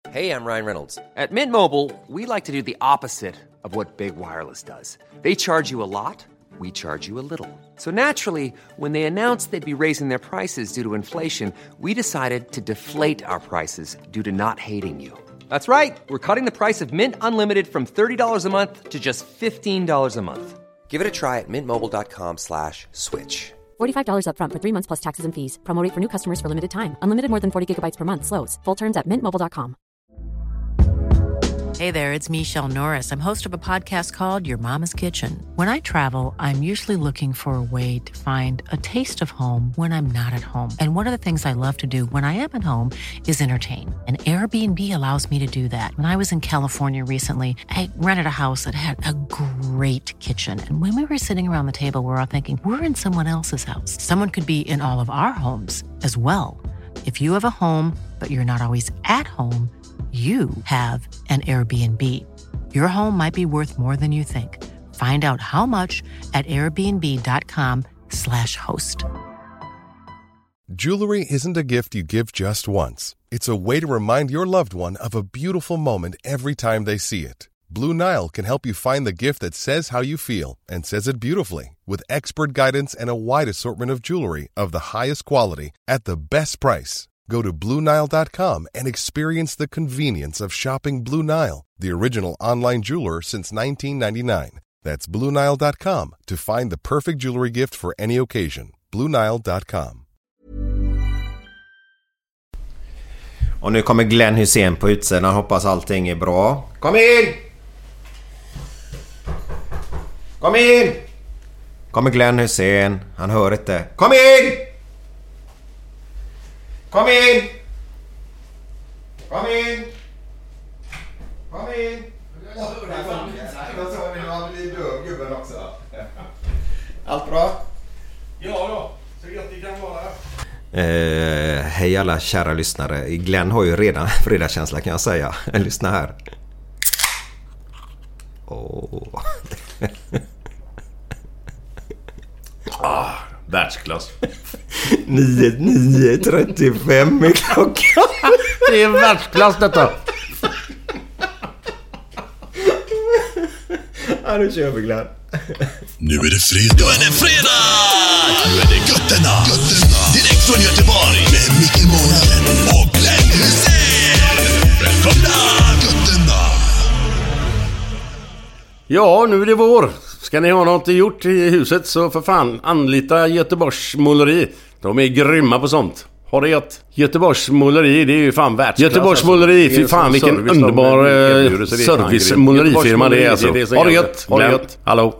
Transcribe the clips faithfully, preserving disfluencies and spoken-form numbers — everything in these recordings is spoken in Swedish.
Hey, I'm Ryan Reynolds. At Mint Mobile, we like to do the opposite of what Big Wireless does. They charge you a lot, we charge you a little. So naturally, when they announced they'd be raising their prices due to inflation, we decided to deflate our prices due to not hating you. That's right. We're cutting the price of Mint Unlimited from thirty dollars a month to just fifteen dollars a month. Give it a try at mintmobile.com slash switch. forty-five dollars up front for three months plus taxes and fees. Promo rate for new customers for limited time. Unlimited more than forty gigabytes per month. Slows full terms at mint mobile dot com. Hey there, it's Michelle Norris. I'm host of a podcast called Your Mama's Kitchen. When I travel, I'm usually looking for a way to find a taste of home when I'm not at home. And one of the things I love to do when I am at home is entertain. And Airbnb allows me to do that. When I was in California recently, I rented a house that had a great kitchen. And when we were sitting around the table, we were all thinking, we're in someone else's house. Someone could be in all of our homes as well. If you have a home, but you're not always at home, you have an Airbnb. Your home might be worth more than you think. Find out how much at airbnb.com slash host. Jewelry isn't a gift you give just once. It's a way to remind your loved one of a beautiful moment every time they see it. Blue Nile can help you find the gift that says how you feel and says it beautifully, with expert guidance and a wide assortment of jewelry of the highest quality at the best price. Go to blue nile dot com and experience the convenience of shopping Blue Nile, the original online jeweler since nineteen ninety-nine. That's blue nile dot com to find the perfect jewelry gift for any occasion. blue nile dot com. Och nu kommer Glenn Hussein på utsidan. Hoppas allting är bra. Kom in! Kom in! Kommer Glenn Hussein. Han hör inte. Kom in! Kom in! Kom in! Kom in! Allt bra? Ja då, så gott det kan vara. Eh, hej alla kära lyssnare. Glenn har ju redan fredagskänsla, kan jag säga. Lyssna här. Åh. Ah, världsklass. nio trettiofem är klockan. Det är världsklass detta. Ja, nu kör vi, Glenn. Nu är det fredag. Nu är det fredag. Nu är det Götterna. Götterna. Direkt från Göteborg. Med Micke Månaden och Glenn Hussein. Välkomna Götterna. Ja, nu är det vår. Ska ni ha något gjort i huset så för fan anlita Göteborgs måleri. De är grymma på sånt. Har det gett Göteborgs måleri, det är ju fan världsklass. Göteborgs måleri, fy fan vilken underbar eh, service målerifirma det är alltså. Har det gett, har det gett. Hallå.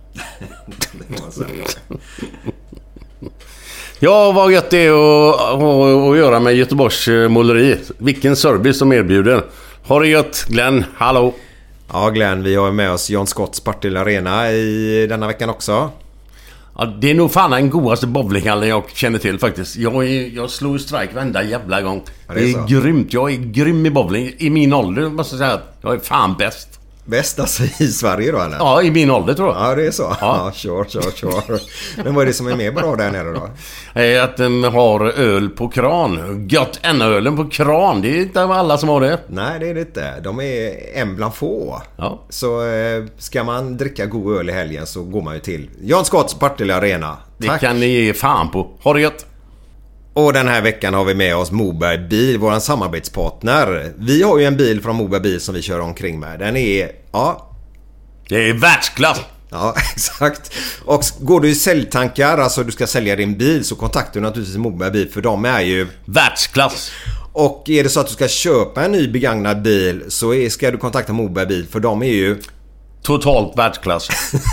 Ja, vad gött det är att, att, att göra med Göteborgs måleri. Vilken service de erbjuder. Har det gett, Glenn, hallå. Ja, Glenn, vi har med oss John Scotts Partille Arena i denna veckan också. Ja, det är nog fan den godaste bowlinghallen jag känner till faktiskt. Jag, är, jag slår ju strike varenda jävla gång. Ja, det är, det är grymt, jag är grym i bowling. I min ålder måste jag säga att jag är fan bäst. Bäst alltså i Sverige då, eller? Ja, i min ålder tror jag. Ja, det är så. Ja, ja kör, kör, kör. Men vad är det som är mer bra där nere då? Att de har öl på kran. Gött en ölen på kran. Det är inte alla som har det. Nej, det är det inte. De är en bland få. Ja. Så eh, ska man dricka god öl i helgen så går man ju till John Scotts Partille Arena. Tack. Det kan ni ge fan på. Ha det gött. Och den här veckan har vi med oss Moberg Bil, våran samarbetspartner. Vi har ju en bil från Moberg Bil som vi kör omkring med. Den är, ja... Det är världsklass! Ja, exakt. Och går du i säljtankar, alltså du ska sälja din bil, så kontaktar du naturligtvis Moberg Bil, för de är ju... Världsklass! Och är det så att du ska köpa en ny begagnad bil så är, ska du kontakta Moberg Bil, för de är ju... Totalt världsklass.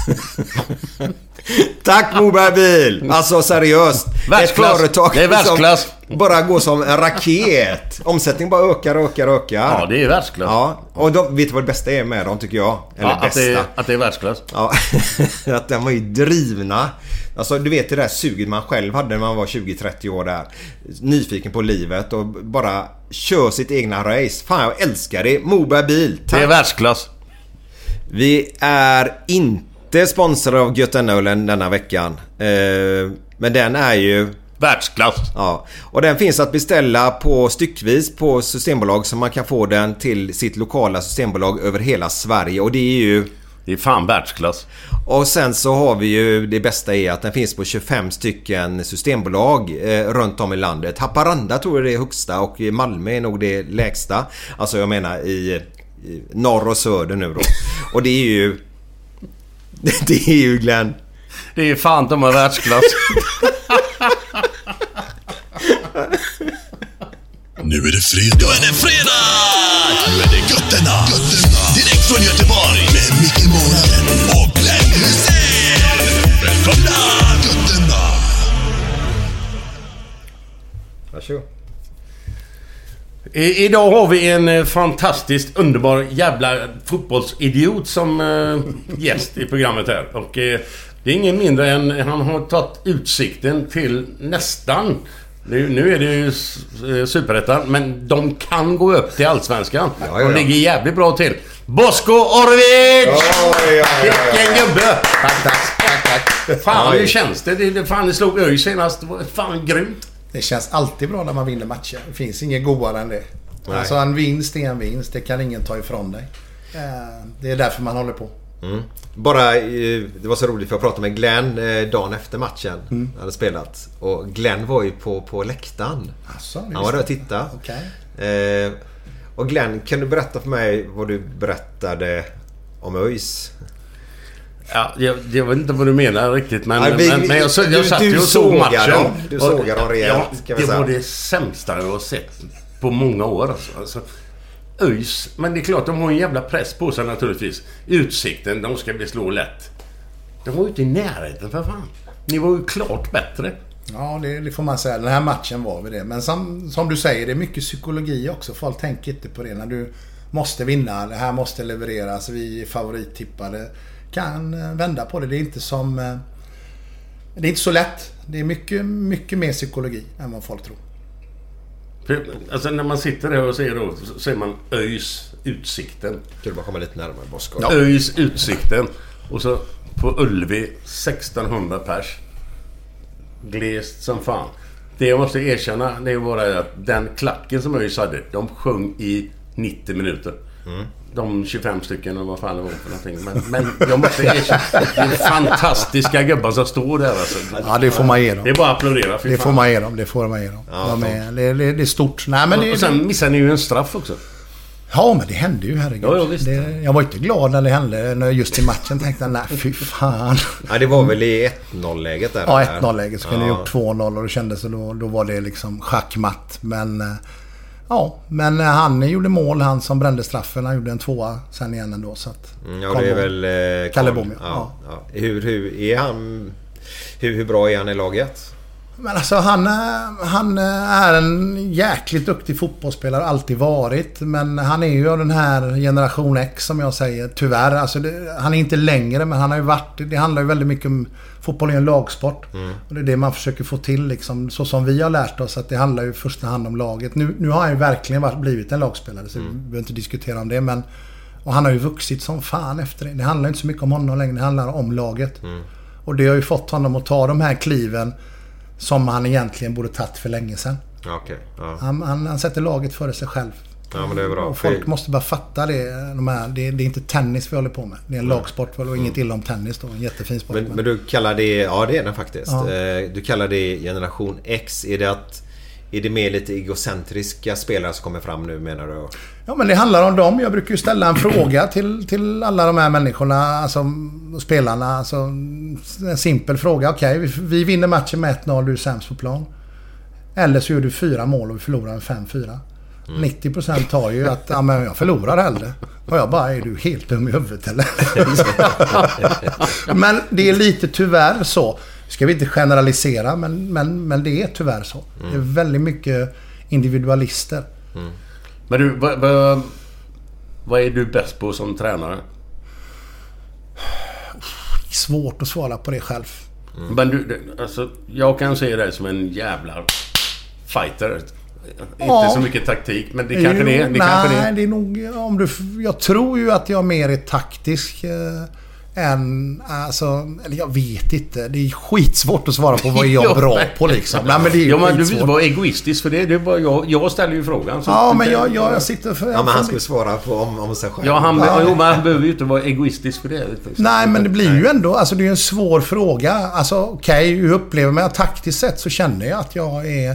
Tack Moberg Bil. Alltså seriöst. Världsklass. Ett företag det är världsklass. Bara går som en raket. Omsättning bara ökar, ökar, ökar. Ja, det är världsklass. Ja, och de, vet du vad det bästa är med dem tycker jag? Eller ja, bästa. Att det, är, att det är världsklass. Ja, att de var ju drivna. Alltså du vet det där suget man själv hade när man var tjugo trettio år där. Nyfiken på livet och bara kör sitt egna race. Fan, jag älskar det. Moberg Bil. Tack. Det är världsklass. Vi är inte sponsrade av Götterna-ölen denna veckan. Eh, men den är ju... Världsklass. Ja, och den finns att beställa på styckvis på Systembolag, så man kan få den till sitt lokala Systembolag över hela Sverige. Och det är ju... Det är fan världsklass. Och sen så har vi ju, det bästa är att den finns på tjugofem stycken Systembolag eh, runt om i landet. Haparanda tror jag det är högsta och Malmö är nog det lägsta. Alltså jag menar i, i norr och söder nu då. Och det är ju... Det är ju Glenn. Det är fan de har världsklass. Nu är det fredag. Nu är det fredag! Nu är det Götterna. Götterna. Direkt från Göteborg. Med Micke Månaden och Glenn Hussein. Välkomna Götterna. Varsågod. I, idag har vi en fantastiskt underbar jävla fotbollsidiot som uh, gäst i programmet här. Och uh, det är ingen mindre än han har tagit utsikten till nästan... Nu, nu är det ju Superettan, men de kan gå upp till Allsvenskan. Ja, ja, ja. De ligger jävligt bra till. Bosko Orvic! Ja, ja, ja, ja. Vilken gubbe! Tack, tack, tack, tack. Fan, hur känns det? Det, det fan, det slog Öj senast. Det var fan grymt. Det känns alltid bra när man vinner matcher. Det finns inget godare än det. Nej. Alltså en vinst är en vinst. Det kan ingen ta ifrån dig. Det är därför man håller på. Mm. Bara, det var så roligt för jag pratade med Glenn dagen efter matchen mm. hade spelat. Och Glenn var ju på, på läktaren. Alltså, han var där och tittade. Okay. Eh, och Glenn, kan du berätta för mig vad du berättade om ÖIS? Ja, jag, jag vet inte vad du menar riktigt. Men, ja, vi, men, men jag, jag, jag satt du, ju och såg matchen. Dem. Du sågar dem rejält. Ja, det var det sämsta jag har sett på många år. Alltså. Alltså, ÖIS, men det är klart de har en jävla press på sig naturligtvis. Utsikten, de ska bli slå lätt. De var ju inte i närheten för fan. Ni var ju klart bättre. Ja, det, det får man säga. Den här matchen var vi det. Men som, som du säger, det är mycket psykologi också. Folk tänker inte på det. När du måste vinna, det här måste levereras. Vi är favorittippade. Kan vända på det. Det är inte som... Det är inte så lätt. Det är mycket, mycket mer psykologi än vad folk tror. För, alltså när man sitter där och ser då, så ser man ÖIS utsikten. Kan du bara komma lite närmare, Bosko? Ja. ÖIS utsikten. Och så på Ullevi sextonhundra pers. Glest som fan. Det jag måste erkänna, det var att den klacken som ÖIS hade, de sjöng i nittio minuter. Mm. De tjugofem stycken och vad fan det var för någonting. Men, men jag måste erkänna, det är fantastiska gubbar som står där. Alltså. Ja, det får man ge dem. Det är bara att applådera. Det får man ge dem, det får man ge dem. Ja, de är, det, det, det är stort. Nej, men och, det, och sen missar ni ju en straff också. Ja, men det hände ju, herregud. Ja, ja, visst. Det, jag var inte glad när det hände. När just i matchen tänkte jag, nej, fy fan. Ja, det var väl i ett noll-läget där. Ja, ett noll-läget. Så kunde ja. jag gjort två noll och det kändes så då, då var det liksom schackmatt. Men... Ja, men han gjorde mål, han som brände straffen. Han gjorde en tvåa sen igen ändå. Så att, ja, det är väl... Eh, Kalle Bom, ja. Ja, ja. Hur, hur är han... Hur, hur bra är han i laget? Men alltså han, han är en jäkligt duktig fotbollsspelare, alltid varit. Men han är ju den här generation X som jag säger, tyvärr. Alltså det, han är inte längre, men han har ju varit... Det handlar ju väldigt mycket om... Fotboll är en lagsport. Mm. Och det är det man försöker få till liksom, så som vi har lärt oss, att det handlar ju i första hand om laget. Nu, nu har han ju verkligen varit, blivit en lagspelare, så mm. vi behöver inte diskutera om det, men och han har ju vuxit som fan efter det. Det handlar inte så mycket om honom längre, det handlar om laget. Mm. Och det har ju fått honom att ta de här kliven som han egentligen borde tagit för länge sedan. Okay, ja. han, han, han sätter laget före sig själv. Ja, men det är bra. Och folk måste bara fatta det. De här, det, det är inte tennis vi håller på med. Det är en mm. lagsport och inget illa om tennis då. En jättefin sport. Men, men du kallar det... Ja, det är den faktiskt. Ja. Du kallar det generation X. Är det att... Är det mer lite egocentriska spelare som kommer fram nu, menar du? Ja, men det handlar om dem. Jag brukar ju ställa en fråga till, till alla de här människorna, alltså spelarna. Alltså, en simpel fråga. Okej, okay, vi, vi vinner matchen med ett noll, du är sämst på plan. Eller så gör du fyra mål och vi förlorar en fem fyra. Mm. nittio procent tar ju att ja, men jag förlorar hellre. Och jag bara, är du helt dum i huvudet eller? Men det är lite tyvärr så. Ska vi inte generalisera, men, men, men det är tyvärr så. Mm. Det är väldigt mycket individualister. Mm. Men du, vad, vad, vad är du bäst på som tränare? Svårt att svara på det själv. Mm. Men du, alltså, jag kan se dig som en jävla fighter. Ja. Inte så mycket taktik, men det kanske jo, det är. Det nej, kanske det är. det är nog... Om du, jag tror ju att jag mer är taktisk. än, alltså, eller jag vet inte. Det är skitsvårt att svara på vad är jag bra på liksom. Nej, men det är ja, men skitsvårt. Du var egoistisk för det. det var, jag, jag ställer ju frågan. Så ja, men jag, jag, jag sitter för... Ja, men han skulle svara på om, om sig själv. Ja, han, ja. Jo, men han behöver ju inte vara egoistisk för det. Nej, men det blir ju ändå, alltså det är ju en svår fråga. Alltså okej, okay, hur upplever man taktiskt sett så känner jag att jag är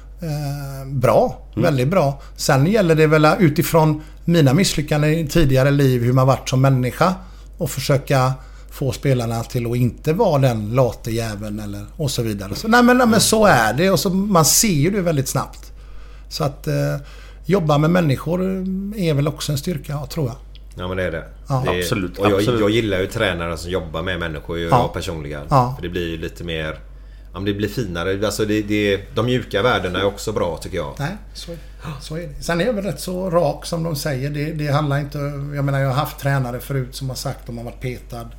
eh, bra. Mm. Väldigt bra. Sen gäller det väl utifrån mina misslyckanden i tidigare liv hur man varit som människa och försöka få spelarna till att inte vara den late jäveln eller och så vidare. Så, nej, men, nej men så är det och så, man ser ju det väldigt snabbt. Så att eh, jobba med människor är väl också en styrka, ja, tror jag. Ja, men det är det. Ja. det är, absolut. Och jag, absolut. jag gillar ju tränare som jobbar med människor och ja. personliga. Ja. För det blir ju lite mer... Ja, det blir finare. Alltså det, det, de mjuka värdena är också bra, tycker jag. Nej, så, så är det. Sen är jag väl rätt så rak som de säger. Det, det handlar inte... Jag menar, jag har haft tränare förut som har sagt att man har varit petad.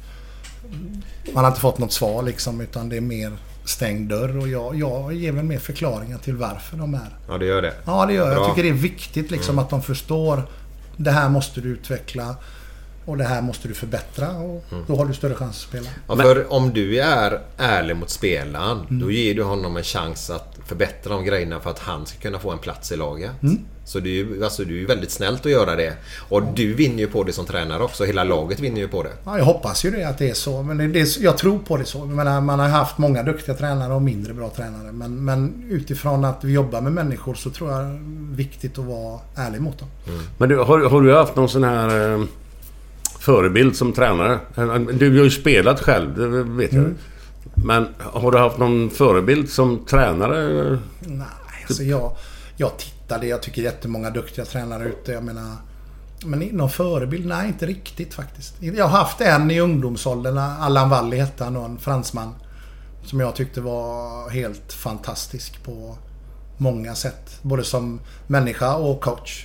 Man har inte fått något svar liksom, utan det är mer stängd dörr. Och jag, jag ger väl mer förklaringar till varför de är. Ja, det gör det. Ja, det gör jag. Bra. Jag tycker det är viktigt liksom, mm. att de förstår det här måste du utveckla och det här måste du förbättra och mm. då har du större chans att spela. Ja, för om du är ärlig mot spelaren mm. då ger du honom en chans att förbättra de grejerna för att han ska kunna få en plats i laget. Mm. Så det är ju alltså, det är ju väldigt snällt att göra det. Och ja. Du vinner ju på det som tränare också. Hela laget vinner ju på det. Ja, jag hoppas ju det att det är så. Men det är, jag tror på det så. Men man har haft många duktiga tränare och mindre bra tränare. Men, men utifrån att vi jobbar med människor så tror jag det är viktigt att vara ärlig mot dem. Mm. Men du, har, har du haft någon sån här eh, förebild som tränare? Du har ju spelat själv, det vet jag. Mm. Men har du haft någon förebild som tränare? Nej, alltså jag, jag tittade. Jag tycker jättemånga duktiga tränare ute. Jag menar, men någon förebild? Nej, inte riktigt faktiskt. Jag har haft en i ungdomsåldern, Allan Walli hette han, en fransman, som jag tyckte var helt fantastisk på många sätt. Både som människa och coach.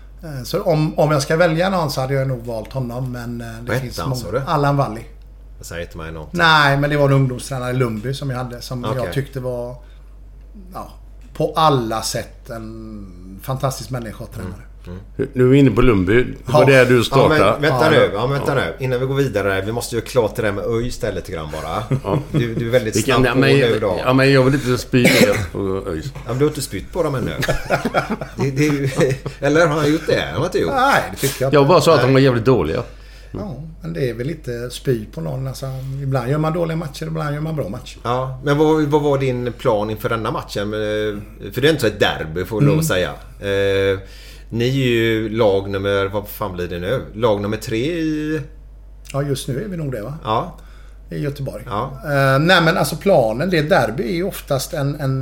Så om, om jag ska välja någon så hade jag nog valt honom. Men det Vad finns han, många. Allan Walli. Jag säger inte mig något. Nej, men det var en ungdomstränare i Lundby som jag hade. Som okay. jag tyckte var ja, på alla sätt en fantastisk människa och tränare. Mm. Mm. Nu är vi inne på Lundby. Det var ja. där du startade. Ja, men vänta ja, nu. Ja, ja. vänta nu. Innan vi går vidare. Vi måste ju klart till det med Öj istället lite grann bara. Ja. Du, du är väldigt snabb kan, på men, nu då. Ja, men jag vill inte spy på Öj. Ja, men du har inte spytt på dem ännu. det, det är ju, eller har han gjort det? Han har inte gjort. Nej, det tycker jag inte. Jag bara sa att de var jävligt dåliga. Ja, men det är väl lite spy på någon. Alltså, ibland gör man dåliga matcher, ibland gör man bra matcher. Ja, men vad, vad var din plan inför denna matchen? För det är inte ett derby, får jag lov att säga. Eh, ni är ju lag nummer, vad fan blir det nu? Lag nummer tre i... Ja, just nu är vi nog det, va? Ja. I Göteborg. Ja. Eh, nej, men alltså planen, det derby är ju oftast en, en...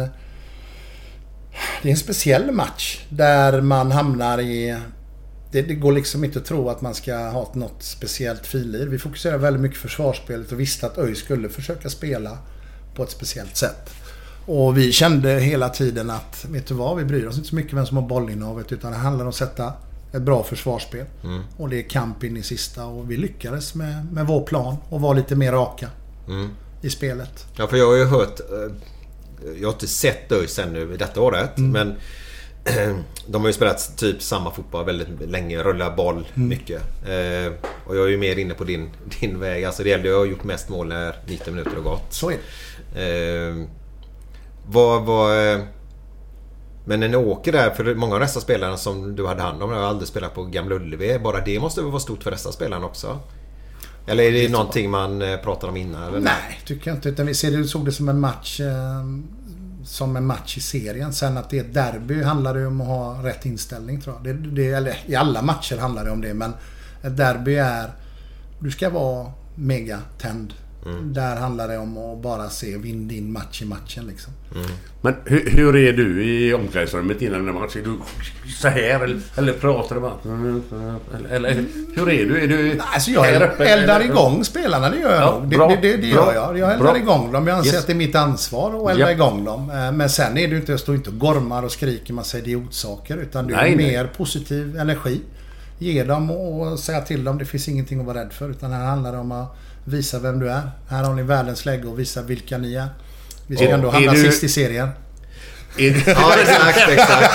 Det är en speciell match där man hamnar i... Det, det går liksom inte att tro att man ska ha något speciellt filir. Vi fokuserar väldigt mycket försvarsspelet och visste att Öj skulle försöka spela på ett speciellt sätt. Och vi kände hela tiden att, vet du vad, vi bryr oss inte så mycket vem som har bollinnehavet, utan det handlar om att sätta ett bra försvarsspel. Mm. Och det är kamp in i sista, och vi lyckades med, med vår plan och var lite mer raka mm. i spelet. Ja, för jag har ju hört, jag har inte sett Öj sen nu i detta året, mm. men de har ju spelat typ samma fotboll väldigt länge, rulla boll mm. mycket. Eh, och jag är ju mer inne på din, din väg. Alltså det gäller ju att ha gjort mest mål när nittio minuter har gått. Så är det. Eh, vad, vad, men när ni åker där, för många av dessa spelarna som du hade hand om, jag har aldrig spelat på Gamla Ullevi. Bara det måste väl vara stort för dessa spelarna också? Eller är det någonting man pratar om innan? Eller? Nej, tycker jag inte. Utan vi ser det, såg det som en match... Eh, som en match i serien. Sen att det är ett derby handlar det om att ha rätt inställning, tror jag. Det, det, eller, i alla matcher handlar det om det, men ett derby är, du ska vara mega tänd. Mm. Där handlar det om att bara se vinn din match i matchen liksom. Mm. Men hur, hur är du i omklädningsrummet innan den matchen? Är du så här eller, eller pratar du bara? Eller, eller hur är du? Är du Nej, alltså jag eldar igång spelarna, det gör jag ja, nog. Det, bra, det, det, det gör jag. Jag eldar bra. igång dem. Jag anser yes. att det är mitt ansvar att elda yep. igång dem. Men sen är det inte, jag står inte och gormar och skriker massa idiotsaker, utan det är nej, mer nej. positiv energi. Ge dem och säga till dem, det finns ingenting att vara rädd för, utan här handlar det om att visa vem du är. Här har ni världens läge och visa vilka ni är. Vi ska och ändå hamna du, sist i serien. Ja, exakt, exakt.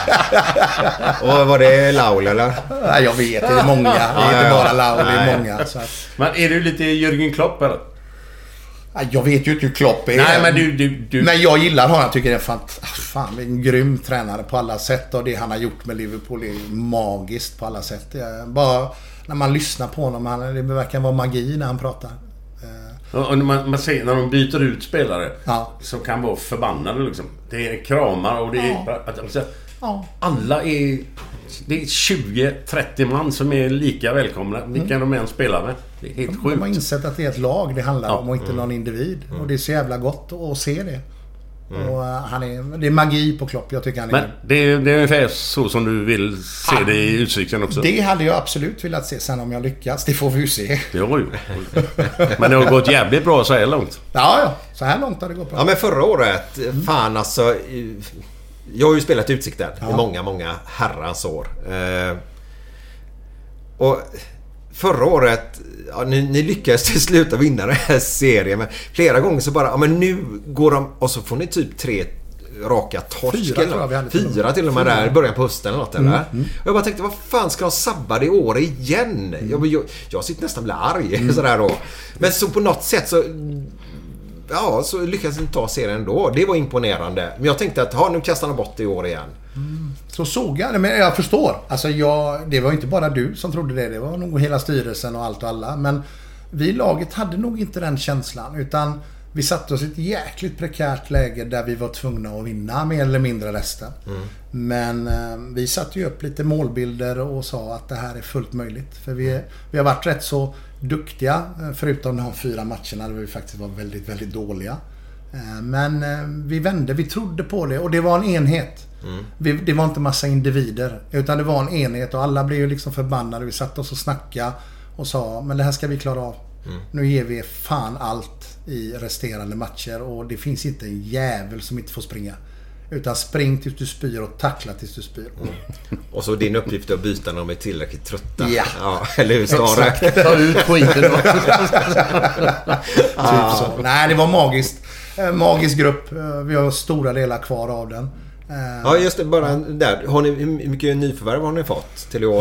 Och var det Laul eller? Nej, jag vet, det är många. Det är inte bara Laul, det är många. Så att... Men är du lite Jürgen Klopp eller? Jag vet ju inte hur Klopp är. Nej, men du, du, du... Men jag gillar honom. Jag tycker det är fan, fan en grym tränare på alla sätt. Och det han har gjort med Liverpool är magiskt på alla sätt. Bara när man lyssnar på honom, han, det verkar vara magi när han pratar. Och man, man ser när de byter ut spelare, ja, som kan vara förbannade liksom. Det är kramar och det är... Ja. Alltså, ja. Alla är... Det är tjugo trettio man som är lika välkomna. Vilka mm. de än spelar med. Det är helt sjukt. De har insett att det är ett lag det handlar ja. om och inte mm. någon individ. Mm. Och det är så jävla gott att se det. Mm. Och han är, det är magi på Klopp. Jag tycker han är... Men det är, det är ungefär så som du vill se han, det i Utsikten också. Det hade jag absolut velat se. Sen om jag lyckas, det får vi ju se. Jo, men det har gått jävligt bra så här långt. Ja, ja. Så här långt har det gått bra. Ja, men förra året, mm. fan alltså... Jag har ju spelat Utsikten ja. i många, många herrans år. Eh, och förra året, ja, ni, ni lyckades till sluta vinna den här serien. Men flera gånger så bara, ja men nu går de, och så får ni typ tre raka torsk. Fyra, tror jag vi hade till Fyra till och med där i början på hösten eller något. Mm, eller? Mm. Och jag bara tänkte, vad fan ska de sabba det i år igen? Mm. Jag, jag, jag sitter nästan bli arg. Mm. Sådär då. Men så på något sätt så... Ja, så lyckades inte ta serien ändå. Det var imponerande. Men jag tänkte att, ja, nu kastar de bort det i år igen. Mm. Så såg jag det, men jag förstår. Alltså jag, det var inte bara du som trodde det. Det var nog hela styrelsen och allt och alla. Men vi laget hade nog inte den känslan. Utan vi satte oss i ett jäkligt prekärt läge där vi var tvungna att vinna mer eller mindre resten. Mm. Men eh, vi satte ju upp lite målbilder och sa att det här är fullt möjligt. För vi, vi har varit rätt så duktiga, förutom de här fyra matcherna där vi faktiskt var väldigt, väldigt dåliga. Men vi vände, vi trodde på det och det var en enhet. Mm. Vi, det var inte massa individer, utan det var en enhet och alla blev ju liksom förbannade. Vi satt oss och snackade och sa, men det här ska vi klara av. Mm. Nu ger vi fan allt i resterande matcher och det finns inte en jävel som inte får springa. Utan spring tills du spyr och tackla tills du spyr. Mm. Och så din uppgift är att byta när de är tillräckligt trötta. Ja, ja eller hur? Exakt. Ta ut skiten. Typ så. Nej, det var magiskt. Magisk grupp. Vi har stora delar kvar av den. Ja, just det. Bara där. Har ni, hur mycket nyförvärv har ni fått till i år?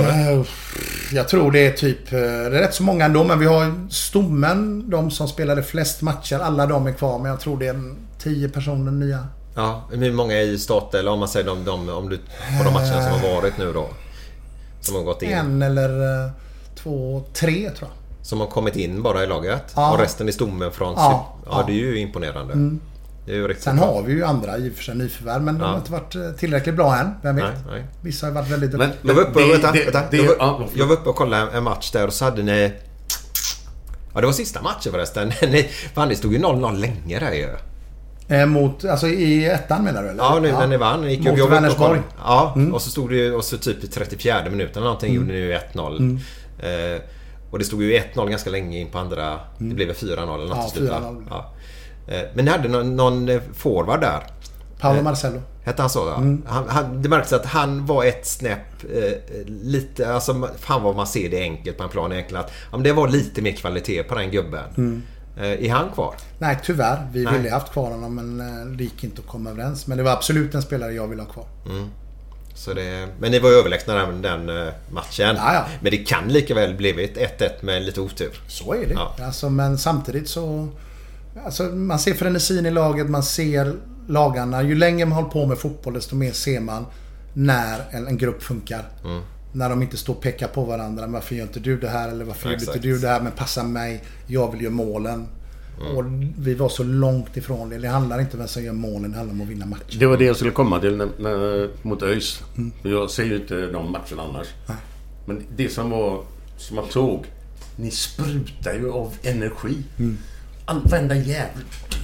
Jag tror det är typ... Det är rätt så många ändå, men vi har stommen. De som spelade flest matcher. Alla de är kvar, men jag tror det är tio personer nya. Ja, hur många är i start eller om man säger de, de, om du, på de matcherna som har varit nu då? Som har gått in. En eller två, tre tror jag. Som har kommit in bara i laget. Ja. Och resten i stommen från... Ja, ja, ja. Det är ju imponerande. Mm. Det är ju riktigt Sen bra. har vi ju andra i och för sig nyförvärv, men ja. de har inte varit tillräckligt bra än. Vem vet? Nej, nej. Vissa har varit väldigt duktiga. Jag var uppe, det, vänta, det, vänta. det, jag, var, ja, jag var uppe och kollade en match där och så hade ni... Ja, det var sista matchen förresten. Fan, det stod ju noll noll länge där ju. Eh, mot, alltså i ettan menar du eller? Ja, nu när ni vann gick mot Vänersborg. Ja, mm. och så stod det ju och så typ i trettiofjärde minuten eller någonting mm. gjorde ni ju ett noll. Mm. Eh, och det stod ju ett noll ganska länge in på andra. Mm. Det blev fyra noll eller något ja, till slut. fyra noll. Ja. Eh, men ni hade någon, någon forward där. Paolo Marcello. Hette han så då? Mm. Han, han, det märks att han var ett snäpp eh, lite, alltså fan vad man ser det enkelt på en plan egentligen att ja, det var lite mer kvalitet på den gubben. Mm. Eh, är han kvar? Nej, tyvärr. Vi Nej. ville haft kvar honom men eh, det gick inte att komma överens. Men det var absolut en spelare jag ville ha kvar. Mm. Så det, men ni var ju överlägsna den, den uh, matchen. Ja, ja. Men det kan lika väl blivit ett ett med lite otur. Så är det. Ja. Alltså, men samtidigt så... Alltså, man ser frenesin i laget, man ser lagarna. Ju längre man håller på med fotboll desto mer ser man när en, en grupp funkar. Mm. När de inte står och pekar på varandra. Varför gör inte du det här? Eller varför gör inte du det här? Men passa mig. Jag vill göra målen. Mm. Och vi var så långt ifrån det. Det handlar inte om vem som gör målen. Det handlar om att vinna matchen. Det var det jag skulle komma till när, när, mot ÖIS. Mm. Jag ser ju inte de matcherna annars. Nej. Men det som var som man såg. Ni sprutar ju av energi. Mm. All vända jävel.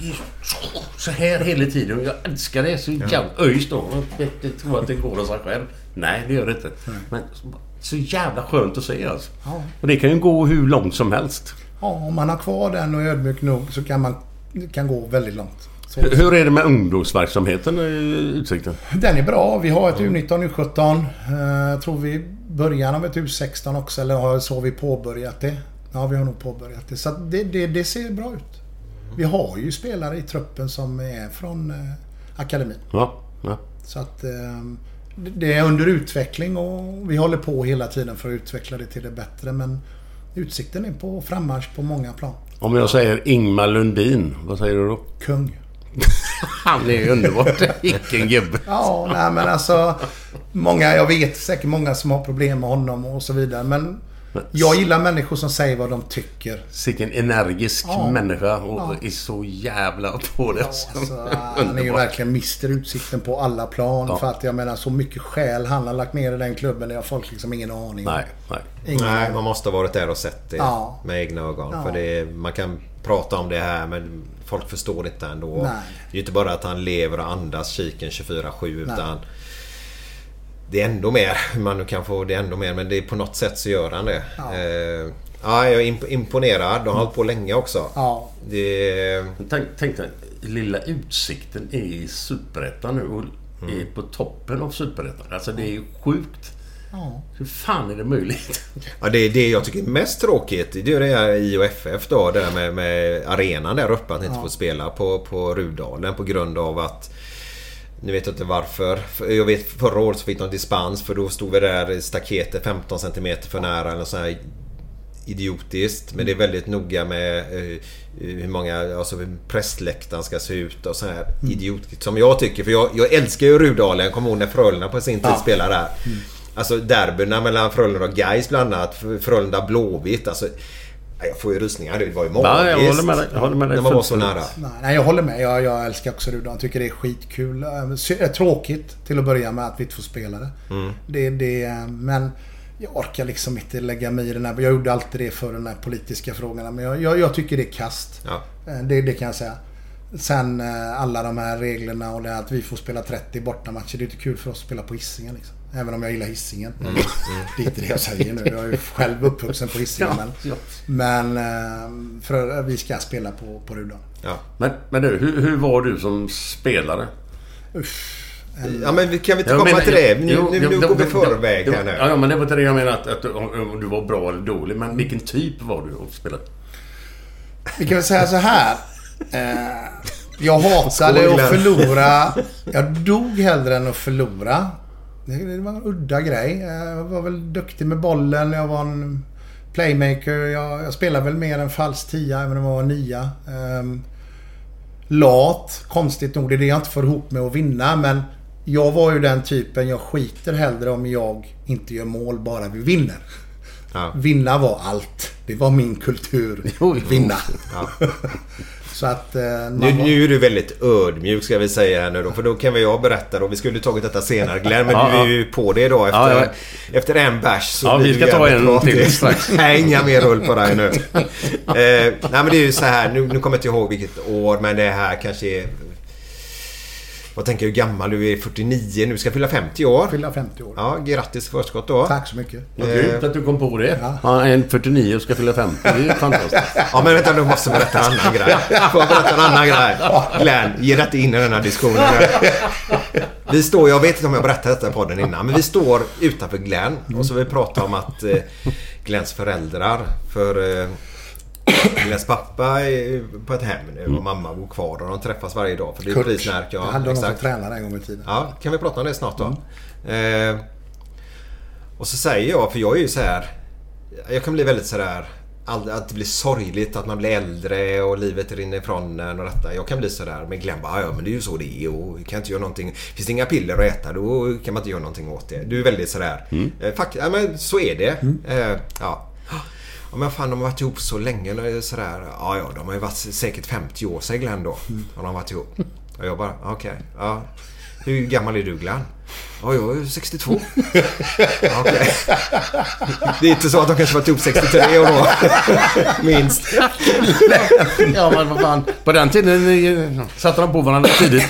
Så här hela tiden. Jag älskar det. Så jävla ÖIS då. Jag tror att det går av sig själv. Nej, det gör det inte. Mm. Men så jävla skönt att se alltså. Ja. Och det kan ju gå hur långt som helst. Ja, om man har kvar den och är ödmjuk nog så kan man kan gå väldigt långt. Så. Hur är det med ungdomsverksamheten i Utsikten? Den är bra. Vi har ett U nitton, U sjutton. Jag tror vi början av ett U sexton också. Eller så har vi påbörjat det. Ja, vi har nog påbörjat det. Så det, det, det ser bra ut. Vi har ju spelare i truppen som är från eh, akademin. Ja. Ja. Så att eh, det är under utveckling och vi håller på hela tiden för att utveckla det till det bättre. Men Utsikten är på frammarsch på många plan. Om jag säger Ingmar Lundin, vad säger du då? Kung. Han är underbart. Vilken gubbe. Ja, nej, men alltså många, jag vet säkert många som har problem med honom och så vidare, men jag gillar människor som säger vad de tycker. Sicken energisk ja. människa och Ja. är så jävla på det. Ja, alltså, han är ju verkligen mister Utsikten på alla plan. Ja. För att jag menar så mycket själ han har lagt ner i den klubben. Det har folk liksom ingen aning. Nej, nej. Ingen Nej, aning. man måste ha varit där och sett det Ja. med egna ögon. Ja. För det, man kan prata om det här men folk förstår inte ändå. Nej. Det är ju inte bara att han lever och andas kiken tjugofyra sju Nej. utan det är ändå mer. Man nu kan få det ändå mer, men det är på något sätt så gör han det. Ja. Eh, ja, jag är imp- imponerad. De har hållit på länge också. Ja. Det, Tänk, tänk dig, lilla Utsikten är i Superettan nu och Mm. är på toppen av Superettan. Alltså det är ju sjukt. Ja. Hur fan är det möjligt? ja, det är det jag tycker är mest tråkigt. Det är det här I O F F då. Det där med, med arenan där uppe. Att inte Ja. få spela på, på Rudalen på grund av att nu vet jag inte varför. Jag vet förra året så fick de dispens för då stod vi där staketet femton centimeter för nära eller så här idiotiskt. Men det är väldigt noga med eh, hur många alltså pressläktaren ska se ut och så här Mm. idiotiskt som jag tycker. För jag, jag älskar ju Rudalen. Jag kommer ihåg när Frölunda på sin tid Ja. spelade där. Mm. Alltså derbyna mellan Frölunda och Gais bland annat. Frölunda Blåvitt. Alltså, jag får ju rysningar. Det var ju magiskt. Ja, jag håller med dig. Jag håller med dig när man var så fullständigt. nära. Nej, nej, jag håller med. Jag, jag älskar också Rudolf. Tycker det är skitkul. Eh, sy- eh, Tråkigt till att börja med att vi inte får spela det. Mm. det, det eh, men jag orkar liksom inte lägga mig i den här. Jag gjorde alltid det för den här politiska frågorna. Men jag, jag, jag tycker det är kast. Ja. Eh, Det, det kan jag säga. Sen eh, alla de här reglerna och det att vi får spela trettio bortamatcher. Det är inte kul för oss att spela på Hisingen liksom. Även om jag gillar Hisingen. Mm. Det är inte det jag säger nu. Jag är ju själv uppvuxen på Hisingen. Ja, men ja. men eh, för vi ska spela på, på Rudolf. Ja. Men, men du, hur, hur var du som spelare? Uff. Ja, men vi- kan vi inte Jag komma menar- till det? Nu, jo, nu, jo, nu det- går vi det- förväg det- här nu. Ja, ja, men det var inte det jag menar att, att om, om du var bra eller dålig. Men vilken typ var du att spela? Vi kan väl säga så här. Eh, jag hatade Skål, att Glenn. förlora. Jag dog hellre än att förlora. Det, det var en udda grej. Jag var väl duktig med bollen. Jag var en playmaker. Jag, jag spelade väl mer än falsk tia även om jag var nia. Eh, lat. Konstigt nog. Det är det jag inte får ihop med att vinna. Men jag var ju den typen. Jag skiter hellre om jag inte gör mål bara vi vinner. Ja. Vinna var allt. Det var min kultur. Vinna. Ja. Så att... Eh, man Nu, var- nu är du väldigt ödmjuk ska vi säga här nu då. För då kan vi jag berätta då. Vi skulle tagit detta senare Glenn. Men Ja, du är ja. ju på det då efter, Ja, ja. efter en bärs så Ja, blir vi du ska ta jävligt en pratig. till strax. Nej, inga mer rull på dig nu. eh, nej men det är ju så här. Nu, nu kommer jag inte ihåg vilket år. Men det här kanske är... Vad tänker du gammal? Du är fyrtionio nu. Ska fylla femtio år. Fylla femtio år. Ja, grattis förskott då. Tack så mycket. Vad grymt att du kom på det. Ja. Ja, en fyrtionio ska fylla femtio. Det är ju fantastiskt. Ja men vänta, du måste berätta en annan grej. Får jag berätta en annan grej? Glenn, ge dig inte in i den här diskussionen. Vi står, jag vet inte om jag berättade detta i podden innan, men vi står utanför Glenn och så vill vi prata om att eh, Glenns föräldrar, för eh, Glenns pappa är på ett hem nu och mamma bor kvar och de träffas varje dag för det är Kurt. prisnärk. Jag Ja, hade honom som exakt. tränare en gång i tiden. Ja, kan vi prata om det snart då? Eh, och så säger jag, för jag är ju så här, jag kan bli väldigt så där all- att det blir sorgligt att man blir äldre och livet rinner ifrån en och detta. Jag kan bli så där, men Glenn bara, ja men det är ju så det är och kan inte göra någonting. Finns det inga piller att äta då kan man inte göra någonting åt det. Du är väldigt så där. Eh, fuck, ja men så är det. Eh, ja. Ja men fan, de har varit ihop så länge nu, sådär. Ja ja, de har ju varit säkert femtio år, säger Glenn då. Har de varit ihop. Och jag bara, okej, okay, ja. Hur gammal är du Glenn? Ja, jag är sextiotvå. Ja, okej. Det är inte så att de kanske varit ihop sextiotre år då. Minst. Ja, men vad fan. På den tiden eh, satte de på varandra tidigt.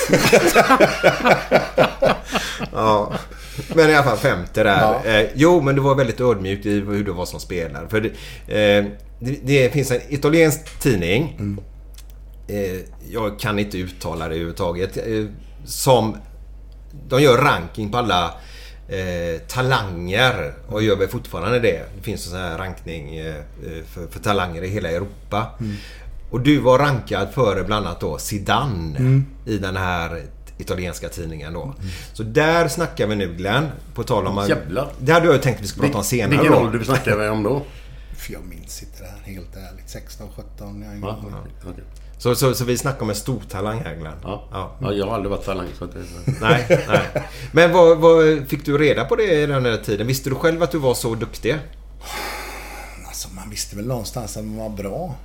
Ja. Men i alla fall femte där. Ja. Eh, jo, men det var väldigt ödmjukt i hur du var som spelare. För det, eh, det, det finns en italiensk tidning. Mm. Eh, jag kan inte uttala det överhuvudtaget. Eh, som de gör ranking på alla eh, talanger och gör väl fortfarande det. Det finns en sån här rankning eh, för, för talanger i hela Europa. Mm. Och du var rankad före bland annat då Zidane Mm. i den här italienska tidningen då. Mm. Så där snackar vi nu, Glenn, på tal om... Jävlar. Det hade jag tänkt att vi skulle prata om senare. Vilken då. ålder du snackar vi om då? För jag minns inte det här helt ärligt. sexton, sjutton. Jag ja, ja. Okay. Så, så, så vi snackar om en stor talang här, Glenn. Ja. Ja. Ja, jag har aldrig varit talang. Så att det... nej, nej. Men vad, vad fick du reda på det i den här tiden? Visste du själv att du var så duktig? Alltså, man visste väl någonstans att man var bra.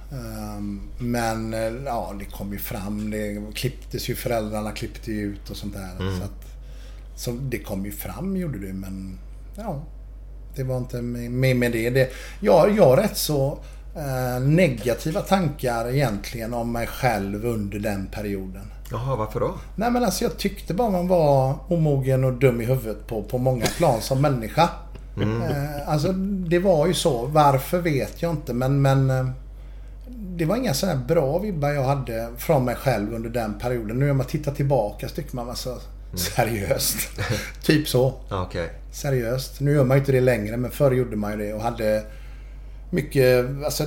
Men ja, det kom ju fram. Det klipptes ju, föräldrarna klippte ju ut och sånt där. Mm. Så, att, så det kom ju fram, gjorde det. Men ja, det var inte med, med det. det jag, jag har rätt så eh, negativa tankar egentligen om mig själv under den perioden. Jaha, varför då? Nej, men alltså jag tyckte bara man var omogen och dum i huvudet på, på många plan som människa. Mm. Eh, alltså det var ju så. Varför vet jag inte, men, men eh, det var inga sådana bra vibbar jag hade från mig själv under den perioden. Nu när man tittar tillbaka så tycker man alltså mm. seriöst. Typ så. Okay. Seriöst. Nu gör man ju inte det längre, men förr gjorde man ju det och hade mycket, alltså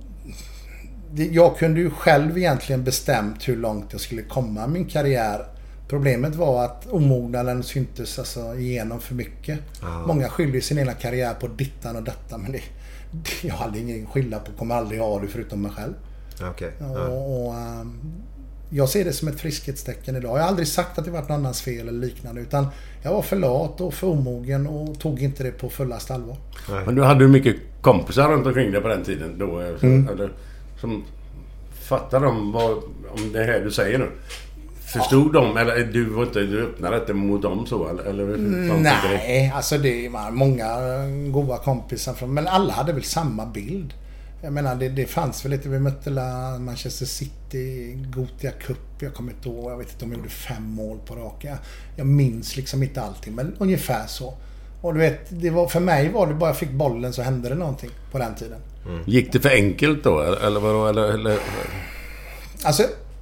det, jag kunde ju själv egentligen bestämt hur långt jag skulle komma i min karriär. Problemet var att omognaden syntes alltså igenom för mycket. Ah. Många skyller sin hela karriär på dittan och detta, men det, det, jag hade ingen skillnad på, kommer aldrig ha det förutom mig själv. Okay. Ah. Och, och um, jag ser det som ett friskhetstecken idag. Jag har aldrig sagt att det var någon annans fel eller liknande, utan jag var för lat och för omogen och tog inte det på fullast allvar. Nej. Men du hade mycket kompisar runt omkring dig på den tiden då, mm. eller, som fattar de vad, om det här du säger nu? Förstod ja. de, eller du var inte, du öppnade inte mot dem så, eller? eller nej, alltså det var många goda kompisar från, men alla hade väl samma bild. Jag menar, det, det fanns väl lite, vi mötte Manchester City, Gothia Cup, jag kommer inte ihåg, jag vet inte om jag gjorde fem mål på raka. Jag minns liksom inte allting, men ungefär så. Och du vet, det var, för mig var det bara jag fick bollen så hände det någonting på den tiden. Mm. Gick det för enkelt då, eller vadå, eller, eller? Alltså,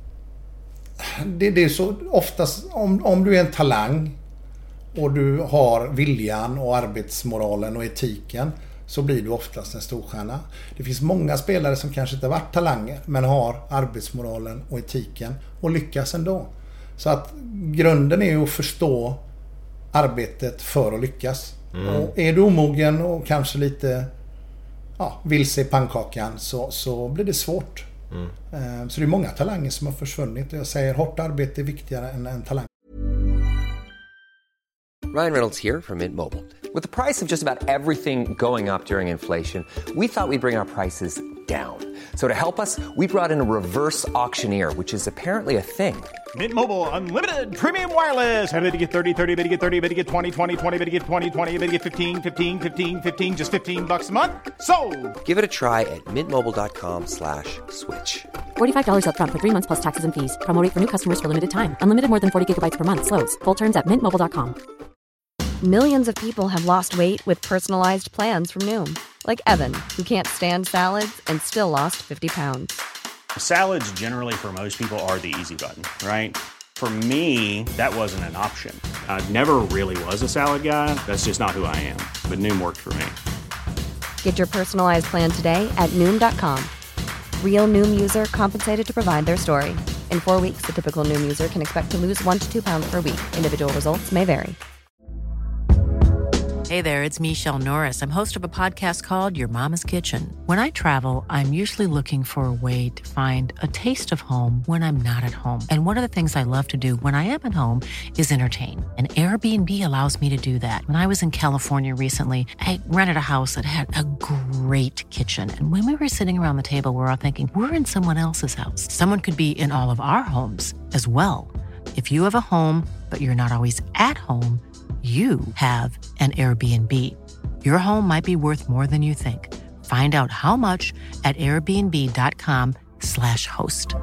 det, det är så oftast, om, om du är en talang och du har viljan och arbetsmoralen och etiken, så blir du oftast en storstjärna. Det finns många spelare som kanske inte har varit talanger men har arbetsmoralen och etiken och lyckas ändå. Så att grunden är ju att förstå arbetet för att lyckas. Mm. Och är du omogen och kanske lite ja, vilse i pannkakan, så, så blir det svårt. Mm. Så det är många talanger som har försvunnit, och jag säger hårt arbete är viktigare än en talang. Ryan Reynolds here from Mint Mobile. With the price of just about everything going up during inflation, we thought we'd bring our prices down. So to help us, we brought in a reverse auctioneer, which is apparently a thing. Mint Mobile Unlimited Premium Wireless. How to get thirty, thirty, how to get thirty, how to get twenty, twenty, twenty, how to get twenty, twenty, how to get fifteen, fifteen, fifteen, fifteen, just fifteen bucks a month? Sold! Give it a try at mintmobile.com slash switch. forty-five dollars up front for three months plus taxes and fees. Promo rate for new customers for limited time. Unlimited more than forty gigabytes per month. Slows full terms at mint mobile dot com. Millions of people have lost weight with personalized plans from Noom. Like Evan, who can't stand salads and still lost fifty pounds. Salads generally for most people are the easy button, right? For me, that wasn't an option. I never really was a salad guy. That's just not who I am. But Noom worked for me. Get your personalized plan today at Noom dot com. Real Noom user compensated to provide their story. In four weeks, the typical Noom user can expect to lose one to two pounds per week. Individual results may vary. Hey there, it's Michelle Norris. I'm host of a podcast called Your Mama's Kitchen. When I travel, I'm usually looking for a way to find a taste of home when I'm not at home. And one of the things I love to do when I am at home is entertain. And Airbnb allows me to do that. When I was in California recently, I rented a house that had a great kitchen. And when we were sitting around the table, we were all thinking, we're in someone else's house. Someone could be in all of our homes as well. If you have a home, but you're not always at home, you have an Airbnb. Your home might be worth more than you think. Find out how much at airbnb.com slash host.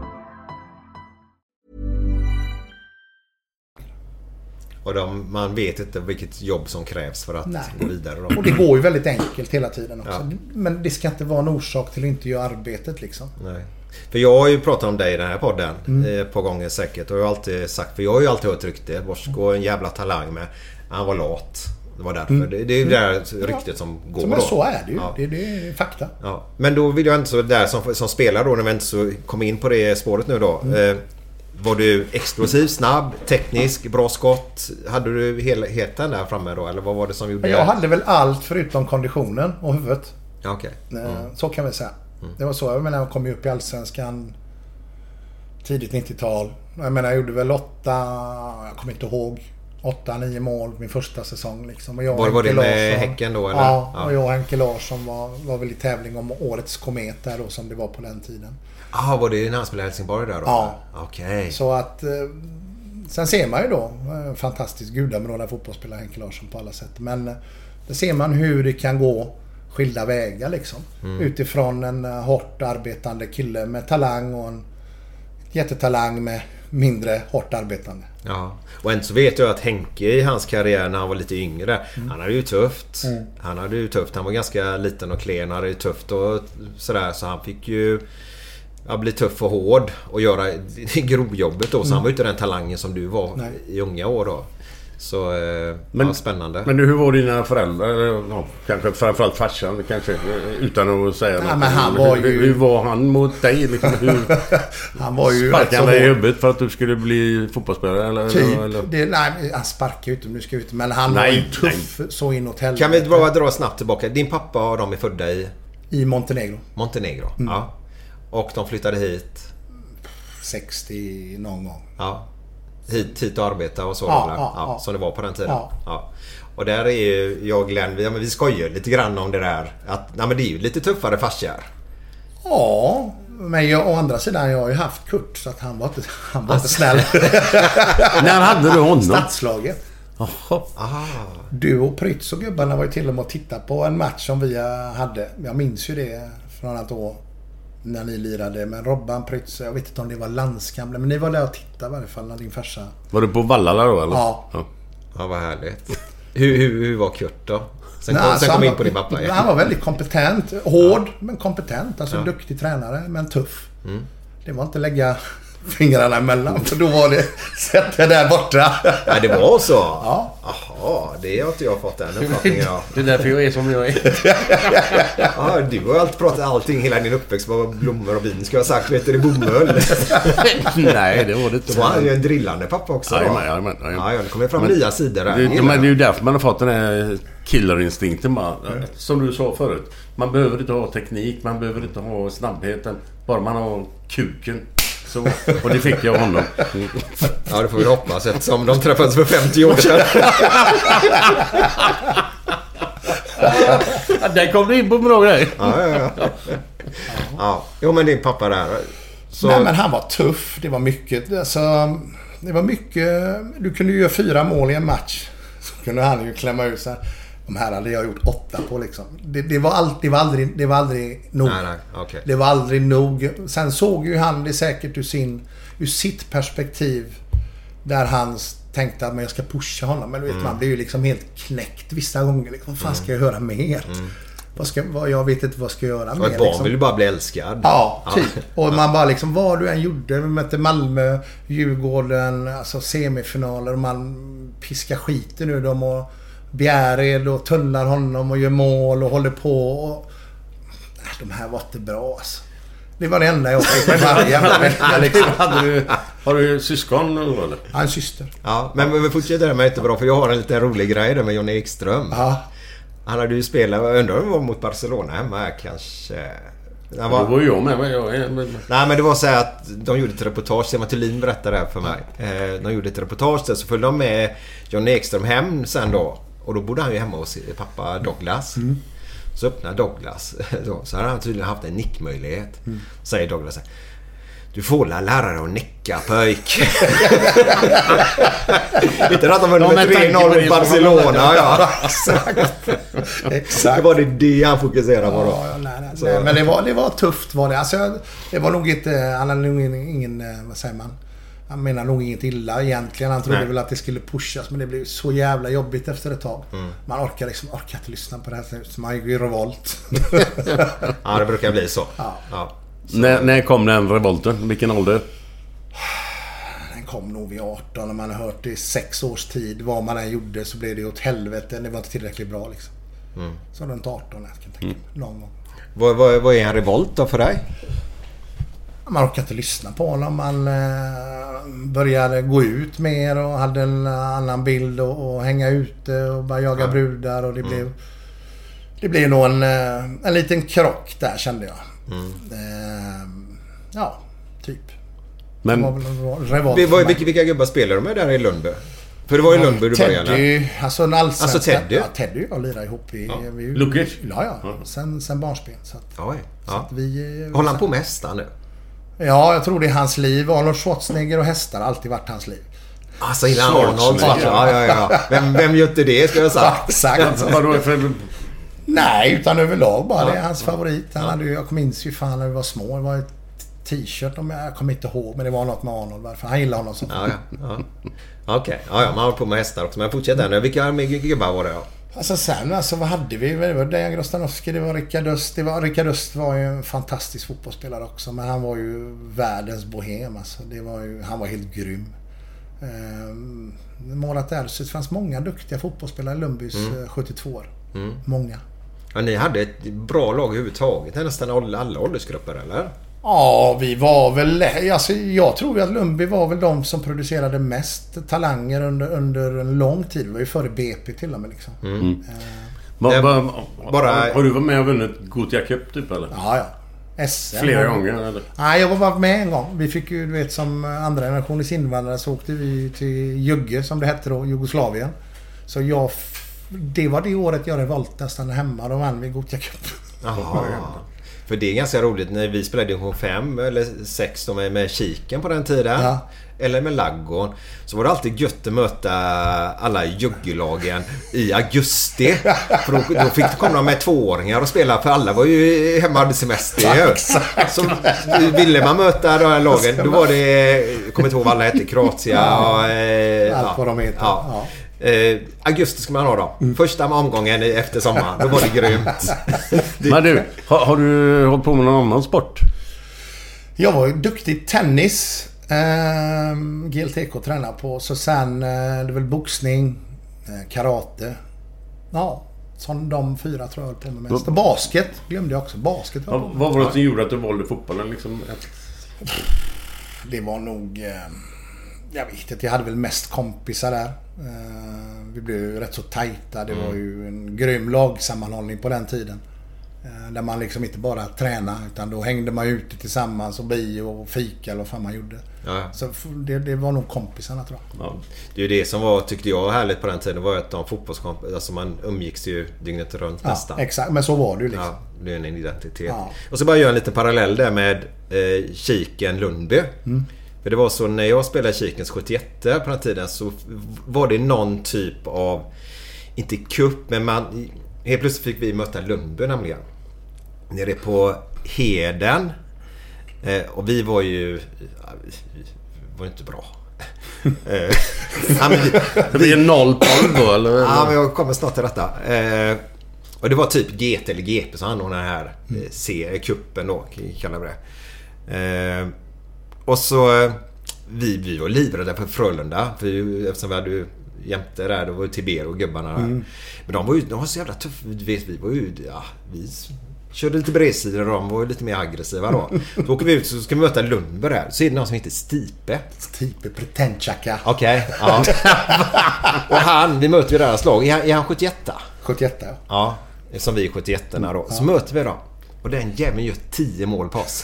Och de, man vet inte vilket jobb som krävs för att Nej. gå vidare. Då. Och det går ju väldigt enkelt hela tiden också. Ja. Men det ska inte vara en orsak till att inte göra arbetet liksom. Nej. För jag har ju pratat om dig i den här podden mm. ett par gånger säkert. Och jag har alltid sagt, för jag har ju alltid hört rykte. Bosko en jävla talang med. Han var lat. Det var därför. Mm. Det, det är ju det där ryktet ja. som går. Men då. Så är det ju. Ja. Det, det är fakta. Ja. Men då vill jag inte så där som, som spelar då, när vi inte så kom in på det spåret nu då. Mm. Eh, Var du explosiv, snabb, teknisk, bra skott? Hade du helheten där framme då? Eller vad var det som gjorde det? Jag hade väl allt förutom konditionen och huvudet. Ja, okej. Okay. Mm. Så kan vi säga. Mm. Det var så. Jag menar, jag kom ju upp i Allsvenskan tidigt nittiotal. Jag menar, jag gjorde väl åtta, jag kommer inte ihåg, åtta, nio mål min första säsong liksom. Och jag var var det med Larsson, Häcken då? Eller? Ja, ja, och jag och Henke Larsson var, var väl i tävling om årets komet där då, som det var på den tiden. Jaha, var det när han spelade i Helsingborg där då? Ja. Okej. Okay. Så att... Sen ser man ju då en fantastisk gudabenådad fotbollsspelare Henke Larsson på alla sätt. Men det ser man hur det kan gå skilda vägar liksom. Mm. Utifrån en hårt arbetande kille med talang och en jättetalang med mindre hårt arbetande. Ja, och än så vet jag att Henke i hans karriär när han var lite yngre, mm. han hade ju tufft. Mm. Han hade ju tufft. Han var ganska liten och klen, han hade ju tufft och sådär, så han fick ju ja, bli tuff och hård och göra grovjobbet då, så mm. han var ju inte den talangen som du var Nej. i unga år då. Så eh, men, ja, spännande. Men du, hur var dina föräldrar? Eller, ja, kanske framförallt farsan, kanske, utan att säga ja, något. Men han var hur, ju... hur var han mot dig? Liksom, hur han var ju sparkade han dig i huvudet för att du skulle bli fotbollsspelare? Eller, typ. eller? Det, nej, han sparkade ut, nu ska ut. Men han nej, var ju tuff nej. så inåt helvete. Kan vi dra, dra snabbt tillbaka? Din pappa och de är födda i? I Montenegro. Montenegro, mm. ja. Och de flyttade hit? sextio någon gång. Ja. Hit, hit och arbeta och så ja, eller? Ja, ja, ja. Som det var på den tiden. Ja. Ja. Och där är ju jag och Glenn, vi, ja, men vi skojar lite grann om det där. Att, nej, men det är ju lite tuffare farsar. Ja, men jag, å andra sidan, jag har ju haft Kurt, så att han var inte, han var alltså. inte snäll. När hade du honom? Stadslaget. Aha. Du och Prytz och gubbarna var ju till och med att titta på en match som vi hade. Jag minns ju det från ett år när ni lirade med Robban, Prytz. Jag vet inte om det var landskamp, men ni var där och tittade i varje fall när din farsa. Var du på Vallala då eller? Ja. Ja, ja vad härligt. hur, hur, hur var Kurt då? Sen kom, Nej, sen kom in på din pappa. Ja. Han var väldigt kompetent. Hård, ja. men kompetent. Alltså ja. duktig tränare, men tuff. Mm. Det var inte lägga fingrarna emellan, för då var det sätter där borta. Ja, det var så. Ja. Jaha, det har inte jag fått den uppfattningen av. Det är därför jag är som jag är. Ja, du har alltid pratat allting hela din uppväxt var blommor och bin. Ska jag ha sagt, vet du, det är bomull. Nej, det var det inte. Då var han ju en drillande pappa också. Ja, då. ja, ja, ja. Ja, ja, det kommer fram men, nya sidor där. Det, det, men det är ju därför man har fått den här killerinstinkten. Man, mm. Som du sa förut. Man behöver inte ha teknik, man behöver inte ha snabbheten. Bara man har kuken. Så, och det fick jag av honom. Mm. Ja, det får vi hoppas, eftersom de träffades för femtio år sedan. Ja, där kom du in på en bra grej. Ja, ja, ja. Ja, jo, men din pappa där. Så... Nej, men han var tuff. Det var mycket. Alltså, det var mycket. Du kunde ju göra fyra mål i en match. Så kunde han ju klämma ut så här. De här hade jag gjort åtta på liksom. Det, det, var, all, det, var, aldrig, det var aldrig nog. Nej, nej, okay. Det var aldrig nog. Sen såg ju han det säkert ur, sin, ur sitt perspektiv. Där han tänkte att jag ska pusha honom. Men vet mm. man blir ju liksom helt knäckt vissa gånger. Liksom, vad fan ska jag höra mer? Mm. Vad ska, vad, jag vet inte vad ska jag göra mer. Och ett barn liksom. vill ju bara bli älskad. Ja, typ. Och ja. Man bara liksom, vad du än gjorde. Vi mötte Malmö, Djurgården, alltså semifinaler. Och man piskar skiten ur dem och Bjäred och tunnlar honom och gör mål och håller på och... Nej, de här var inte bra alltså. Det var det enda jag fick med varje jävla vecka liksom. du, Har du syskon eller? Ja, en syster. Ja, men vi fortsätter där med inte bra, för jag har en liten rolig grej där med Johnny Ekström. Ja. Han hade ju spelat, jag undrar om det var mot Barcelona hemma här kanske. Det var, det var jag med, men jag, men... Nej, men det var så här att de gjorde ett reportage, Sema Thulin berättade det här för mig. Eh, de gjorde ett reportage där, så följde de med Johnny Ekström hem sen då. Och då bodde han ju hemma hos pappa Douglas. Mm. Så öppnar Douglas. Då, så hade han tydligen haft en nickmöjlighet. Mm. Säger Douglas så här: du får la lärare och nicka pöjk. Inte att de hade med tre noll mot Barcelona. Ja, exakt. Exakt. Det var det, det han fokuserade på då. Ja, nej, nej, nej, men det var, det var tufft var det. Alltså, det var nog inte, han hade nog ingen, vad säger man? Han menar nog inget illa egentligen. Han trodde Nej. väl att det skulle pushas, men det blev så jävla jobbigt efter ett tag. Mm. Man orkar liksom orkar inte lyssna på det här, så man går i revolt. Ja, det brukar bli så. Ja. Ja. Så. När, när kom den revolten? Vilken ålder? Den kom nog vid arton. När man har hört det i sex års tid. Vad man än gjorde så blev det åt helvete. Det var inte tillräckligt bra liksom. Mm. Så runt arton, jag kan tänka mig. Mm. Någon gång. Vad, vad, vad är en revolt då för dig? Man orkade inte lyssna på honom. Man eh, började gå ut mer och hade en annan bild och, och hänga ute och bara jaga ja. brudar. Och det mm. blev det blev nog en, en liten krock där, kände jag. Mm. Eh, ja, typ. Men det var, vilka, vilka gubbar spelar de med där i Lundby? För det var i Lundby du började. Teddy, alltså en allsvensk. Alltså Teddy? Ja, Teddy och jag lirar ihop i... Ja. Vi, Lukic? Ja, ja. Sen, sen barnspel. Så att, ja, så ja. att vi... Håller han på med hästar nu? Ja, jag tror det är hans liv. Arnold Schwarzenegger och hästar har alltid varit hans liv. Alltså innan Arnold. Ja, ja, ja. Vem, vem gör inte det, ska jag säga? Exakt. Vadå för... Nej, utan överlag bara. Ja. Det är hans favorit. Han hade, jag minns ju fan när vi var små. Det var ett t-shirt, om jag, jag kommer inte ihåg, men det var något med Arnold. Varför? Han gillar honom så. Ja, ja. ja. Okej, okay. ja, ja, man har på med hästar också. Men fortsätt där. Vilka gubbar var det då? Alltså sen, alltså vad hade vi? Det var Dejan Grostanowski, det var Rickard Öst. Det var, Rickard Öst var ju en fantastisk fotbollsspelare också. Men han var ju världens bohem. Alltså. Det var ju, han var helt grym. Ehm, målat där. Så det fanns många duktiga fotbollsspelare i Lundbys mm. sjuttiotvå år. Mm. Många. Ja, ni hade ett bra lag överhuvudtaget. Nästan alla, alla åldersgrupper, eller? Ja, vi var väl... Alltså, jag tror ju att Lundby var väl de som producerade mest talanger under, under en lång tid. Det var ju före B P till och med liksom. Mm. Mm. Uh, bara, bara, bara, har du varit med och vunnit Gothia Cup typ eller? Ja, ja. S M. Flera gånger eller? Nej, jag var bara med en gång. Vi fick ju, du vet, som andra generationens invandrare så åkte vi till Jugge, som det hette då, Jugoslavien. Så jag... Det var det året jag revolt nästan hemma. Då vann vi Gothia Cup. Jaha. För det är ganska roligt när vi spelade division fem eller sex då med, med Kiken på den tiden. Ja. Eller med Laggården. Så var det alltid gött att möta alla juggelagen i augusti. För då, då fick det komma med tvååringar och spela. För alla var ju hemma hade semester. Så ville man möta de här lagen. Då var det, jag kommer inte ihåg vad alla hette, Kroatia och... Eh, Allt vad de heter. Ja. Ja. Eh, augusti ska man ha då. Mm. Första omgången efter sommaren. Då var det grymt. Men du, har, har du hållit på med någon annan sport? Jag var ju duktig i tennis. Eh, G L T K tränade på. Så sen eh, det är väl boxning, eh, karate. Ja, som de fyra tror jag på med mest. Och basket glömde jag också. Basket var ja, vad var det som gjorde att du valde fotbollen liksom? Det var nog... Eh, jag vet inte, jag hade väl mest kompisar där. Uh, vi blev ju rätt så tajta. Det mm. var ju en grym lagsammanhållning på den tiden. Uh, där man liksom inte bara tränade, utan då hängde man ute tillsammans och bio och fika eller vad fan man gjorde. Ja. Så det, det var nog kompisarna tror jag. Ja. Det är ju det som var, tyckte jag, härligt på den tiden var att de fotbollskompisar, alltså man umgicks ju dygnet runt ja, nästan. Exakt, men så var det ju liksom. Ja, det är en identitet. Ja. Och så bara göra en liten parallell där med eh, Kiken Lundby. Mm. För det var så när jag spelade Kikens sjuttioett på den tiden så var det någon typ av, inte kupp, men man, helt plötsligt fick vi möta Lundby nämligen. Nere på Heden. Eh, och vi var ju, ja, vi var inte bra. eh, ja, vi, vi är noll tolv då eller? Ja, men jag kommer snart till detta. Eh, och det var typ G T eller G P som han den här mm. C-kuppen då, kallar vi det. Eh, Och så vi, vi var livrädda för Frölunda. För eftersom vi hade jämte där, då var ju Tibero och gubbarna där. Mm. Men de var ju de var så jävla tuffa. Vi, vi var ju, ja, vi körde lite bredsidor och de var ju lite mer aggressiva då. Så åker vi ut så ska vi möta Lundby där. Så är det någon som heter Stipe. Stipe Pretentchaka. Okej, okay, ja. Och han, vi möter ju deras lag. Är han, är han sjuttioett? sjuttioett, ja. Ja, som vi är sjuttioett då. Så ja. Möter vi dem. Och den jäveln gör tio mål på oss.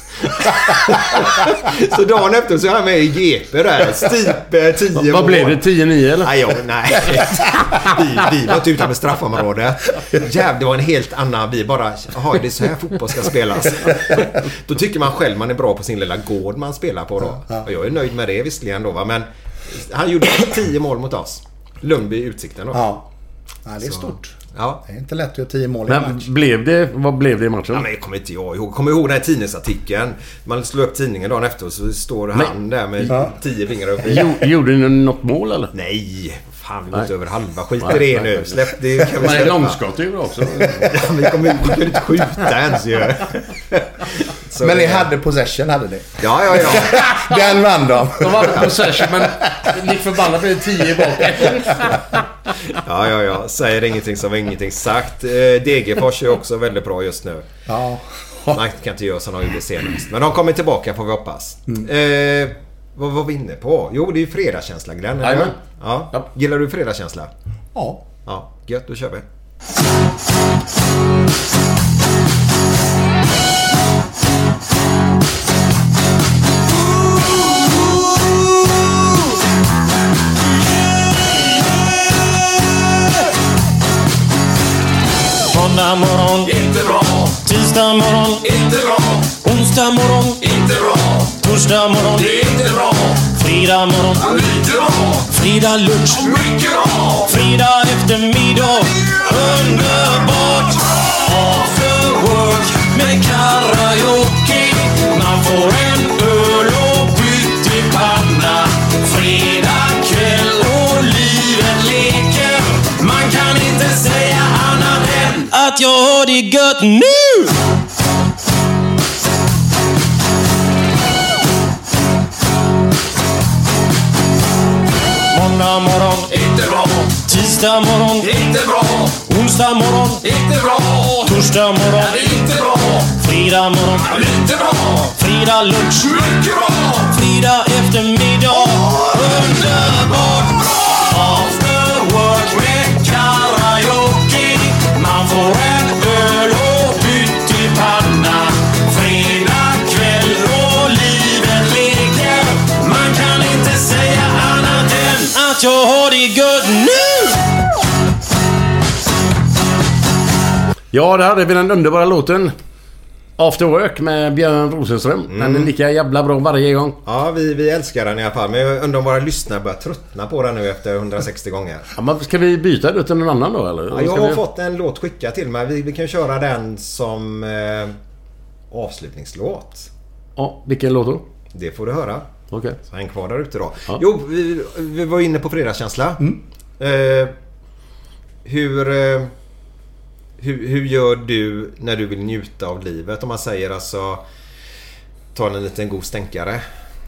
Så dagen efter så är jag med i G P där. Stipe, tio mål. Vad blev det? tio nio eller? Nej, ja, nej. Vi, vi var inte utanför straffområdet. Jävlar, det var en helt annan. Vi bara, jaha, det är så här fotboll ska spelas. Då tycker man själv man är bra på sin lilla gård man spelar på då. Och jag är nöjd med det visserligen då, va? Men han gjorde tio mål mot oss. Lundby Utsikten då. Ja, ja det är så stort. Ja. Det är inte lätt att göra tio mål i men match. Blev det, vad blev det i matchen? Ja, men jag kommer inte jag ihåg. Kommer ihåg den här tidningsartikeln. Man slår upp tidningen dagen efter och så står men, han där med ja. tio fingrar upp. Jo, gjorde ni något mål eller? Nej, fan vi går inte över halva. Skit i det nu. Släpp det. Kan vi men långskott ju också. Ja, vi kommer vi kunde inte skjuta ens ju. Så, men ni eh, hade possession, hade ni? Ja, ja, ja. Den vann de. De hade possession, men lik förbannat blev det tio i baken. Ja, ja, ja. Säger ingenting som ingenting sagt. Eh, Degerfors är också väldigt bra just nu. Ja. Man kan inte göra som de gjorde senast. Men de kommer tillbaka, får vi hoppas. Mm. Eh, vad var vi inne på? Jo, det är ju fredagskänsla, Glenn. Eller? Ja. Ja. Gillar du fredagskänsla? Ja. Ja, gött, då kör vi. Måndag morgon, inte bra. Tisdag morgon, inte bra. Onsdag morgon, inte bra. Torsdag morgon, det är inte bra. Fredag morgon, ja, lite bra. Fredag lunch, mycket bra. Fredag eftermiddag, underbart. After work med karaoke. Man får en öl och pyttipanna. Fredag kväll och livet leker. Man kan inte säga annat än att jag har det gött nu. Måndag morgon, inte bra. Tisdag morgon, inte bra. Onsdag morgon, inte bra. Torsdag morgon, inte bra. Fredag morgon, lite bra. Fredag lunch, mycket bra. Fredag eftermiddag, underbart bra. After work med karaoke. Man får en öl och pyttipanna. Fredag kväll och livet leker. Man kan inte säga annat än att jag har det gött nu. Ja, det hade vi den underbara låten After Work med Björn Rosenström. Mm. Den är lika jävla bra varje gång. Ja, vi, vi älskar den i alla fall. Men jag undrar om våra lyssnare börjar tröttna på den nu efter hundrasextio gånger. Ja, men ska vi byta det till någon annan då, eller? Ja, jag ska har vi... fått en låt skickad till mig. Vi, vi kan köra den som eh, avslutningslåt. Ja, vilken låt då? Det får du höra. Okej. Så häng kvar där ute då. Ja. Jo, vi, vi var inne på fredagskänsla. Mm. Eh, hur... Eh, Hur, hur gör du när du vill njuta av livet? Om man säger alltså, ta en liten god stänkare.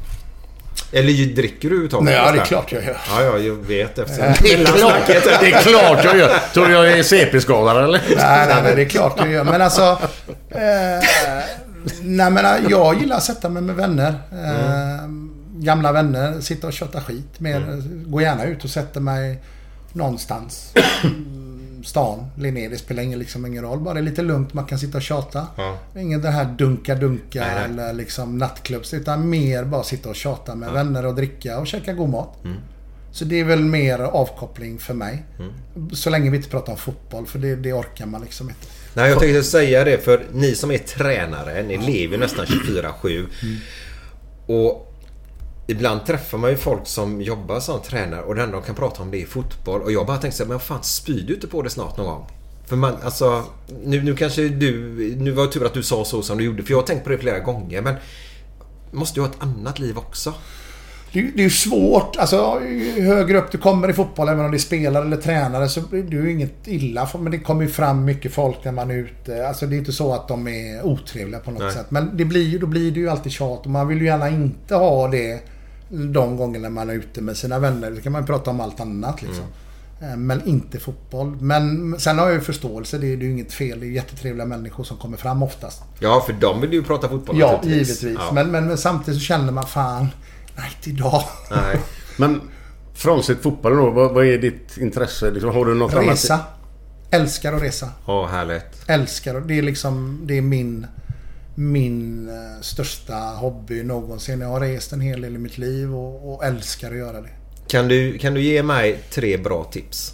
Eller dricker du uttaget? Nej, ja, det är klart jag gör. Ja, ja, jag vet eftersom det är klart, det är klart jag gör. Tror jag är C P-skadad eller? Nej, nej, nej, det är klart jag gör. Men alltså eh, nej, men jag gillar att sätta mig med vänner. Eh, mm. Gamla vänner, sitta och köta skit med, mm. Gå gärna ut och sätta mig någonstans. Stan, Linné, det spelar ingen, liksom ingen roll. Bara det är lite lugnt, man kan sitta och tjata. Ja. Ingen det här dunka-dunka nej, nej. Eller liksom nattklubbs, utan mer bara sitta och tjata med ja. Vänner och dricka och käka god mat. Mm. Så det är väl mer avkoppling för mig. Mm. Så länge vi inte pratar om fotboll, för det, det orkar man liksom inte. Nej, jag tänkte säga det, för ni som är tränare, ni lever nästan tjugofyra sju. Mm. Och ibland träffar man ju folk som jobbar som tränare och det enda de kan prata om det är fotboll. Och jag bara tänkte så här, men fan, spyr du inte på det snart någon gång? För man, alltså, nu, nu kanske du, nu var det tur att du sa så som du gjorde, för jag har tänkt på det flera gånger, men måste du ha ett annat liv också? Det, det är ju svårt, alltså ju högre upp du kommer i fotboll, även om det är spelare eller tränare, så blir det ju inget illa, men det kommer ju fram mycket folk när man är ute. Alltså det är inte så att de är otrevliga på något Nej. Sätt, men det blir, då blir det ju alltid tjat och man vill ju gärna inte ha det de gångerna man är ute med sina vänner. Det kan man ju prata om allt annat liksom. Mm. Men inte fotboll. Men sen har jag ju förståelse, det är ju inget fel. Det är jättetrevliga människor som kommer fram oftast. Ja, för de vill ju prata fotboll. Ja, givetvis. Ja. Men, men, men samtidigt så känner man fan, nej, inte idag. Nej. Men frånsett fotbollen då, vad, vad är ditt intresse? Liksom, har du något resa. annat? Resa. Älskar att resa. Ja, oh, härligt. Älskar, det är liksom, det är min min eh, största hobby någonsin. Jag har rest en hel del i mitt liv och, och älskar att göra det. Kan du, kan du ge mig tre bra tips?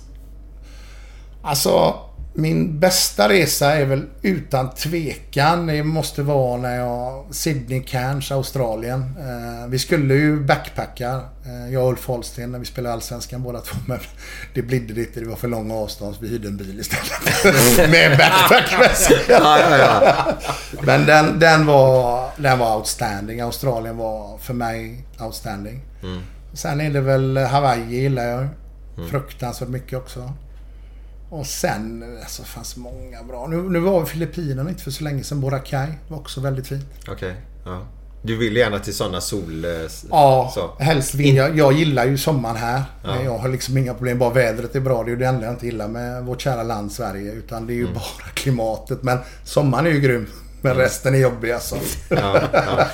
Alltså, min bästa resa är väl utan tvekan. Det måste vara när jag Sydney, Cairns, Australien. Eh, vi skulle ju backpacka. Eh, jag och Ulf Holsten när vi spelade Allsvenskan båda två. Men det blev det inte. Det var för långa avstånd. Vi hyrde en bil istället. Med backpackväska. ja, ja, ja. Men den, den, var, den var outstanding. Australien var för mig outstanding. Mm. Sen är det väl Hawaii gillar jag. Mm. Fruktansvärt mycket också. Och sen, alltså fanns många bra. Nu, nu var vi Filippinerna inte för så länge sedan. Boracay var också väldigt fint. Okej, okay. Ja. Du vill gärna till sådana sol... Ja, så. helst vill jag. Jag gillar ju sommaren här. Ja. Jag har liksom inga problem. Bara vädret är bra. Det är ju det enda jag inte gillar med vårt kära land Sverige. Utan det är ju mm. bara klimatet. Men sommaren är ju grym. Men mm. resten är jobbig alltså. Ja, ja.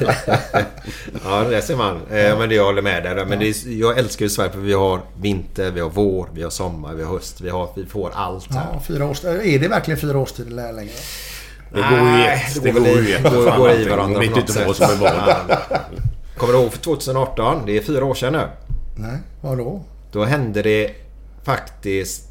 ja det ser man. Eh, men det jag håller med där. Men det är, jag älskar ju Sverige för vi har vinter, vi har vår, vi har sommar, vi har höst. Vi, har, vi får allt här. Ja, fyra års, är det verkligen fyra årstider längre? Det går ju jätt, det går ju jätt. Det går, går i varandra på något sätt. Som är Kommer du ihåg för tjugo arton? Det är fyra år sedan nu. Nej, vad då? Då hände det faktiskt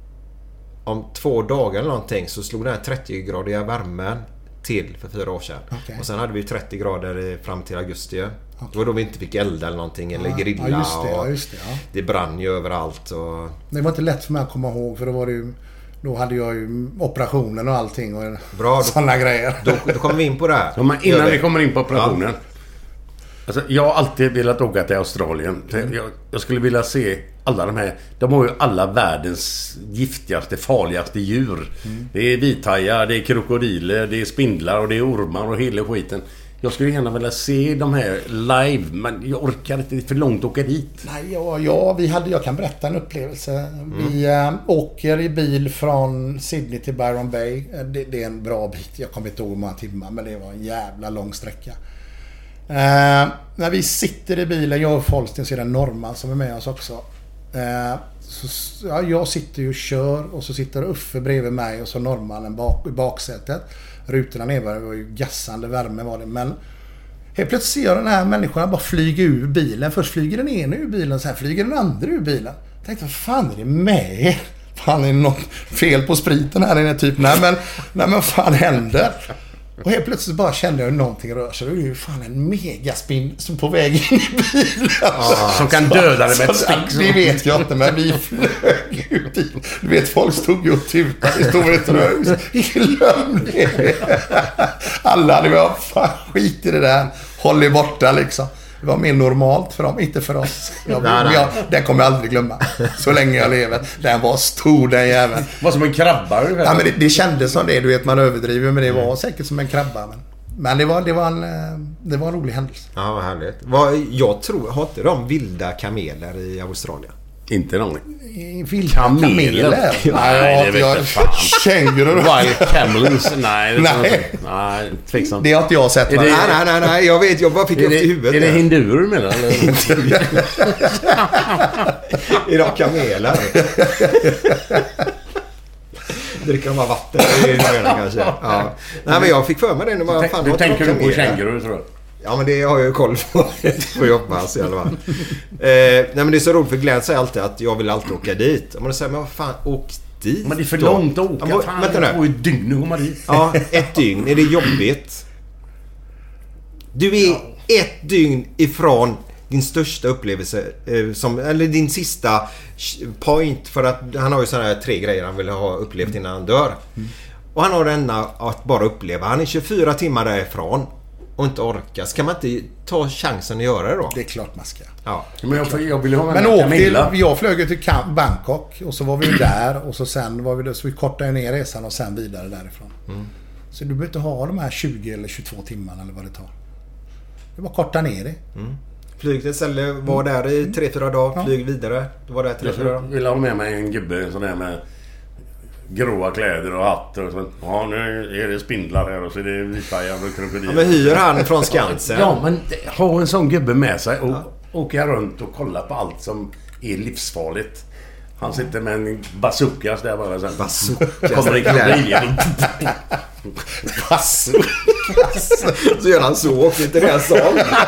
om två dagar eller någonting så slog den här trettio-gradiga värmen till för fyra år sedan. Okay. Och sen hade vi trettio grader fram till augusti. Okay. Det var då vi inte fick elda eller någonting eller grilla. Ja, just det, ja, just det, ja. Det brann ju överallt. Och... Det var inte lätt för mig att komma ihåg för då var det ju... Då hade jag ju operationen och allting och bra, sådana grejer. Då, då kommer vi in på det här. Ja, men innan vi kommer in på operationen. Ja. Alltså, jag har alltid velat åka till Australien. Mm. Jag, jag skulle vilja se alla de här. De har ju alla världens giftigaste, farligaste djur. Mm. Det är vithajar, det är krokodiler, det är spindlar och det är ormar och hela skiten. Jag skulle gärna vilja se de här live, men jag orkar inte, det är för långt att åka dit. Nej, ja, ja vi hade, jag kan berätta en upplevelse. Mm. Vi äh, åker i bil från Sydney till Byron Bay. Det, det är en bra bit, jag kommer inte ihåg hur många timmar, men det var en jävla lång sträcka. Äh, när vi sitter i bilen, jag och Folsten, så är det Norman som är med oss också. Äh, så, ja, jag sitter ju och kör och så sitter Uffe bredvid mig och så Norman bak, i baksätet. Rutorna ner var ju gassande värme var det. Men helt plötsligt ser jag den här människan bara flyga ur bilen. Först flyger den ena ur bilen, sen flyger den andra ur bilen. Jag tänkte, vad fan är det med? Fan, är det något fel på spriten här inne typ? Nej men, nej, men vad fan händer? Och helt plötsligt bara kände jag någonting rör sig. Det är ju fan en megaspinn som på väg in i bilen. Ah, som kan döda det med ett stick. Det vet jag inte, men vi flög ut i. Du vet, folk stod ju och tutade. Det stod ett rös. Glöm det. Alla hade bara, fan skit i det där. Håll er borta liksom. Det var mer normalt för dem, inte för oss. Jag, nej, nej. Jag, den kommer jag aldrig glömma. Så länge jag lever. Den var stor, den jäveln. Det var som en krabba. Ja, men det, det kändes som det. Du vet, man överdriver. Men det var säkert som en krabba. Men, men det, var, det, var en, det var en rolig händelse. Ja, vad härligt. Vad, jag tror, har inte de vilda kameler i Australien? Inte någon. Vilda kameler? kameler? Ja, nej, det vet jag fan. Kängurur. Wild camels? Nej, det nej. Nej, tveksamt. Det har inte jag sett. Det, nej, nej, nej, nej. Jag vet, jag bara fick upp i huvudet. Är det hinduer menar du? Är det kameler? Dricker de bara vatten? Det är det kanske. Ja. Nej, men jag fick för mig det. När man, du fan, du tänker du på kängurur, tror jag? Ja, men det har jag ju koll på. Får jag hoppas i alla fall. Eh, nej, men det är så roligt för Glenn säger alltid att jag vill alltid åka dit. Och man säger, men vad fan, åk dit. Men det är för då. långt att åka. Ja, fan, vänta nu. Ett dygn att komma dit. Ja, ett dygn. Är det jobbigt? Du är ja. ett dygn ifrån din största upplevelse. Eh, som, eller din sista point. För att han har ju sådana här tre grejer han vill ha upplevt innan han dör. Mm. Och han har denna att bara uppleva. Han är tjugofyra timmar därifrån. Och inte orka. Ska man inte ta chansen att göra det då? Det är klart man ska. Ja. Men jag, jag vill ha med Men åk till, jag flög till Bangkok och så var vi där och så sen var vi där, så vi kortade ner resan och sen vidare därifrån. Mm. Så du behöver inte ha de här tjugo eller tjugotvå timmarna eller vad det tar. Det var korta ner det. Mm. Flyg till ställe, var där i tre fyra dagar, flyg vidare. Du var där tre fyra dagar. Jag vill ha med mig en gubbe sån där med gråa kläder och hatt och så. Ja, nu är det spindlar här och så är det vithajar och krokodiler. Ja, men hyr han från Skansen. Ja, men ha en sån gubbe med sig och ja. åka runt och kolla på allt som är livsfarligt. Han sitter med en bazookas där bara sen. Bazookas. Kommer det krokodiler. Bazookas. Så gör han så och inte det jag sa.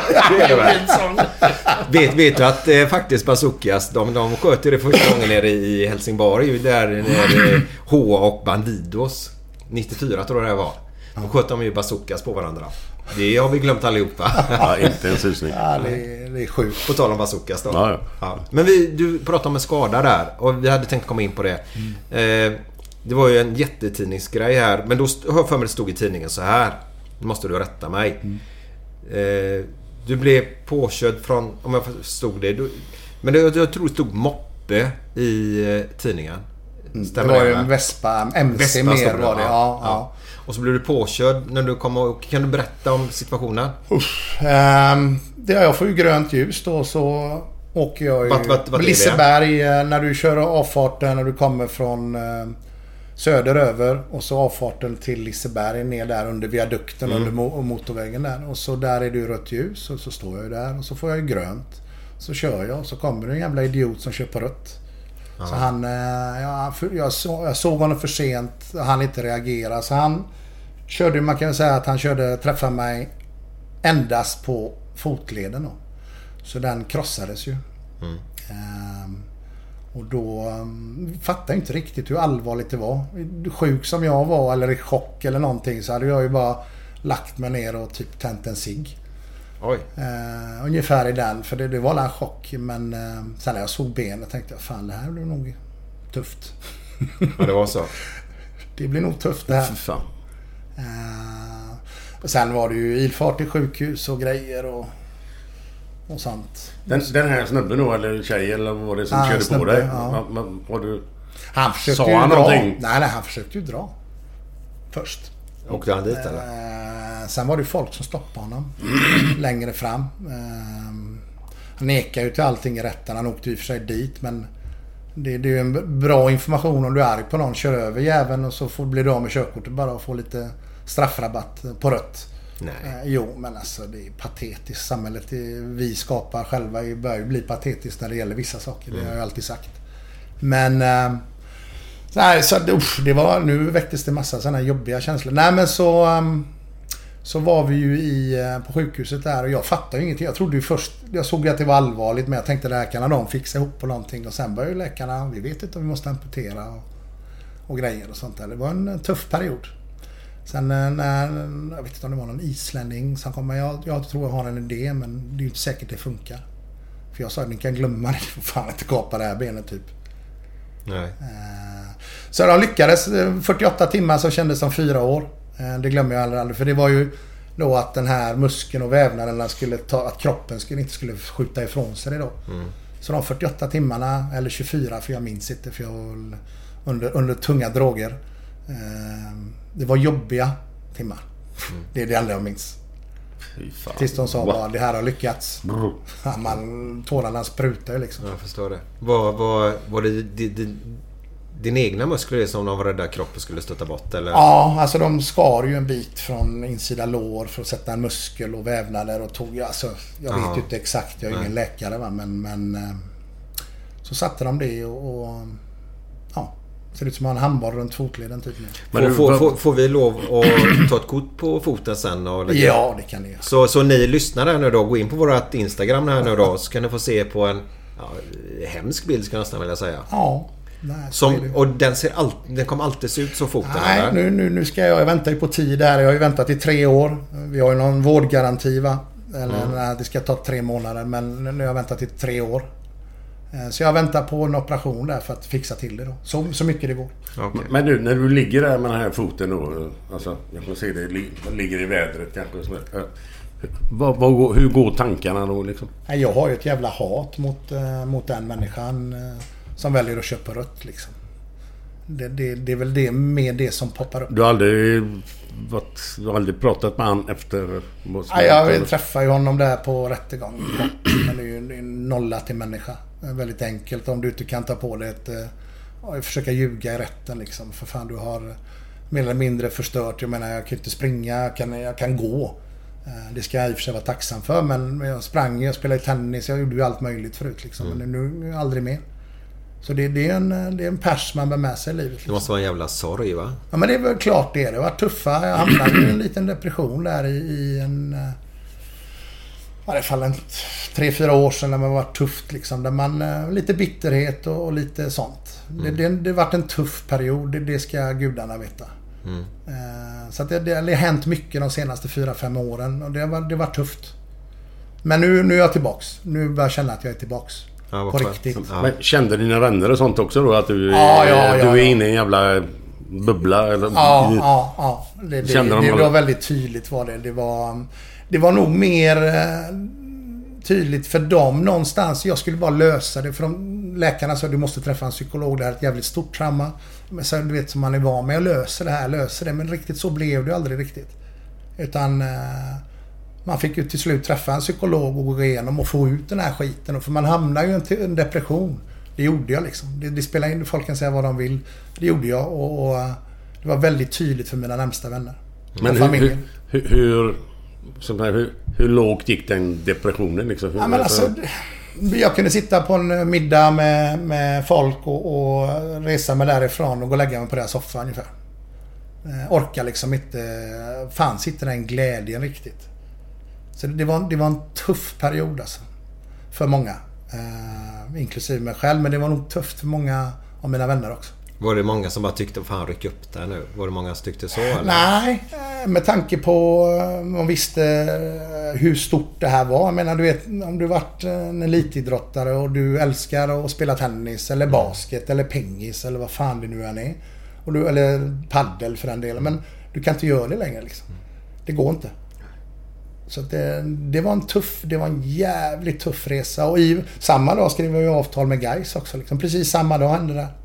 vet, vet du att eh, faktiskt bazookas, de, de sköt ju det första gången nere i Helsingborg. Där nere H och Bandidos. nittiofyra tror jag det var. De sköt de ju bazookas på varandra. Det har vi glömt allihopa. Ja, inte en susning. Ja, det är, det är sjukt. På tal om bazookas då. Ja, ja. Ja. Men vi, du pratade om en skada där. Och vi hade tänkt komma in på det. Mm. Eh, det var ju en jättetidningsgrej här. Men då hör för mig det stod i tidningen så här. Nu måste du rätta mig. Mm. Eh, du blev påkörd från, om jag förstod det. Du, men det, jag tror det stod moppe i eh, tidningen. Mm, det var ju en Vespa, M C Vespa mer var det. Ja, ja. Ja. Och så blev du påkörd när du kom och, kan du berätta om situationen? Uff, um, det, jag får ju grönt ljus då så åker jag ju vart, vart, vart Liseberg när du kör avfarten när du kommer från uh, söder över och så avfarten till Liseberg ner där under viadukten mm. under mo- motorvägen där och så där är det ju rött ljus och så står jag ju där och så får jag ju grönt så kör jag och så kommer det en jävla idiot som kör på rött. Ja. Så han ja, jag, så, jag såg honom för sent han inte reagera så han körde man kan säga att han körde träffa mig endast på fotleden då. Så den krossades ju. Mm. Ehm, och då um, fattade jag inte riktigt hur allvarligt det var. Sjuk som jag var eller i chock eller någonting så hade jag ju bara lagt mig ner och typ tänt en cigg. Oj. Uh, ungefär i den för det, det var en chock men uh, sen när jag såg benet tänkte jag fan det här blir nog tufft. Ja det var så. Det blir nog tufft det här. Fy fan. Uh, och sen var det ju ilfart i sjukhus och grejer och och sånt. Den, den här snubben då eller tjej eller vad var det som ah, körde snubbe, på dig? Ja. Man, man, var du... Han försökte Sa ju han dra. Någonting? Nej nej han försökte ju dra. Först. Åkte han dit eller? Uh, sen var det folk som stoppade honom längre fram. Uh, han nekade ju till allting i rätten. Han åkte ju för sig dit men det, det är ju en bra information om du är arg på någon. Kör över jäveln och så får bli du av med körkortet bara och få lite straffrabatt på rött. Nej. Uh, jo men alltså det är patetiskt. Samhället är, vi skapar själva börjar ju bli patetiskt när det gäller vissa saker. Mm. Det har jag alltid sagt. Men uh, nej, så usch, det var, nu väcktes det massa sådana jobbiga känslor. Nej men så um, så var vi ju i, på sjukhuset där och jag fattade ju ingenting. Jag trodde ju först, jag såg att det var allvarligt men jag tänkte läkarna de fixa ihop på någonting och sen började läkarna, vi vet inte om vi måste amputera och, och grejer och sånt där. Det var en tuff period. Sen när, jag vet inte om det var någon islänning som kom, jag, jag tror jag har en idé men det är ju inte säkert det funkar. För jag sa att ni kan glömma det, för fan inte kapa det här benet typ. Nej. Så de lyckades fyrtioåtta timmar som kändes som fyra år. Det glömmer jag aldrig, aldrig för det var ju då att den här muskeln och vävnaderna skulle ta, att kroppen skulle, inte skulle skjuta ifrån sig det då. Mm. Så de fyrtioåtta timmarna eller tjugofyra för jag minns inte för jag var under, under tunga droger. Det var jobbiga timmar. Mm. Det är det enda jag minns. Tills de sa bara, det här har lyckats. Ja, man, tårarna sprutar liksom. Jag förstår det. Var, var, var det din, din, din egna muskler som de var rädda kroppen skulle stötta bort? Eller? Ja, alltså de skar ju en bit från insida lår för att sätta en muskel och vävnader och tog, alltså, jag Aha. vet ju inte exakt, jag är ingen Nej. läkare va, men, men så satte de det och, och ja. Ser ut som en handboll runt fotleden typ nu. Men får, får, får vi lov att ta ett kort på foten sen? Och lägga? Ja, det kan ni göra. Så, så ni lyssnar här nu då, gå in på vårt Instagram här nu då, så kan ni få se på en ja, hemsk bild ska jag nästan vilja säga. Ja. Nej, som, och den ser all, den kommer alltid se ut så foten. Nej, nu, nu, nu ska jag, jag väntar ju på tid här. Jag har ju väntat i tre år. Vi har ju någon vårdgaranti va? Eller mm. nej, det ska ta tre månader, men nu har jag väntat i tre år. Så jag väntar på en operation där för att fixa till det då. Så, så mycket det går. Okay. Men du, när du ligger där med den här foten då, alltså, jag får se det, ligger i vädret kanske. Vad, vad, hur går tankarna då liksom? Jag har ju ett jävla hat mot, äh, mot den människan äh, som väljer att köpa rött liksom. Det, det, det är väl det med det som poppar upp. Du har aldrig, varit, du har aldrig pratat med han efter? Ja, jag träffade ju honom där på rättegång. Men det är ju en nolla till människa. Väldigt enkelt om du inte kan ta på dig ett äh, försöka ljuga i rätten liksom. För fan du har mer eller mindre förstört. Jag menar jag kan inte springa, jag kan, jag kan gå. äh, Det ska jag i och för sig vara tacksam för. Men jag sprang, jag spelade i tennis, jag gjorde ju allt möjligt förut liksom. Mm. Men nu, nu aldrig mer. Så det, det, är en, det är en pers man bär med sig i livet liksom. Det måste vara en jävla sorg va? Ja men det är väl klart det är. Det var tuffa. Jag hamnade i en liten depression där i, i en i alla fall en tre, fyra år sedan när man var tufft liksom, där man lite bitterhet och, och lite sånt. Mm. Det, det, det har varit en tuff period, det, det ska gudarna veta. Mm. Uh, så att det, det har hänt mycket de senaste fyra, fem åren och det var, det var tufft. Men nu, nu är jag tillbaks. Nu börjar jag känna att jag är tillbaks. Ja, på riktigt. Ja. Men kände dina vänner och sånt också då att du, ja, ja, ja, du är ja. inne i en jävla bubbla? Eller? Ja, ja, ja. Det, det, det, det var väldigt tydligt var det. Det var, det var nog mer tydligt för dem någonstans. Jag skulle bara lösa det. För de, läkarna sa att du måste träffa en psykolog. Det här är ett jävligt stort trauma. Men sen, du vet som man är van med. Jag löser det här, löser det. Men riktigt så blev det aldrig riktigt. Utan eh, man fick ju till slut träffa en psykolog och gå igenom och få ut den här skiten. För man hamnar ju i en depression. Det gjorde jag liksom. Det, det spelar in, folk kan säga vad de vill. Det gjorde jag och, och det var väldigt tydligt för mina närmsta vänner. Men hur, hur, hur, hur, som här, hur, hur lågt gick den depressionen liksom? Hur, ja, men alltså, jag kunde sitta på en middag med, med folk och, och resa mig därifrån och gå och lägga mig på den soffan ungefär. Eh, orka liksom inte, fanns inte den glädjen riktigt. Så det var, det var en tuff period alltså. För många. Eh, inklusive mig själv, men det var nog tufft för många av mina vänner också. Var det många som bara tyckte, fan ryck upp där nu? Var det många som tyckte så eller? Nej, med tanke på man visste hur stort det här var. Jag menar, du vet, om du varit en elitidrottare och du älskar att spela tennis eller basket eller pengis eller vad fan det nu än är. Och du, eller paddel för den delen. Men du kan inte göra det längre liksom. Det går inte. Så det, det var en tuff, det var en jävligt tuff resa. Och i samma dag skrev jag avtal med Gais också. Liksom. Precis samma dag hände det.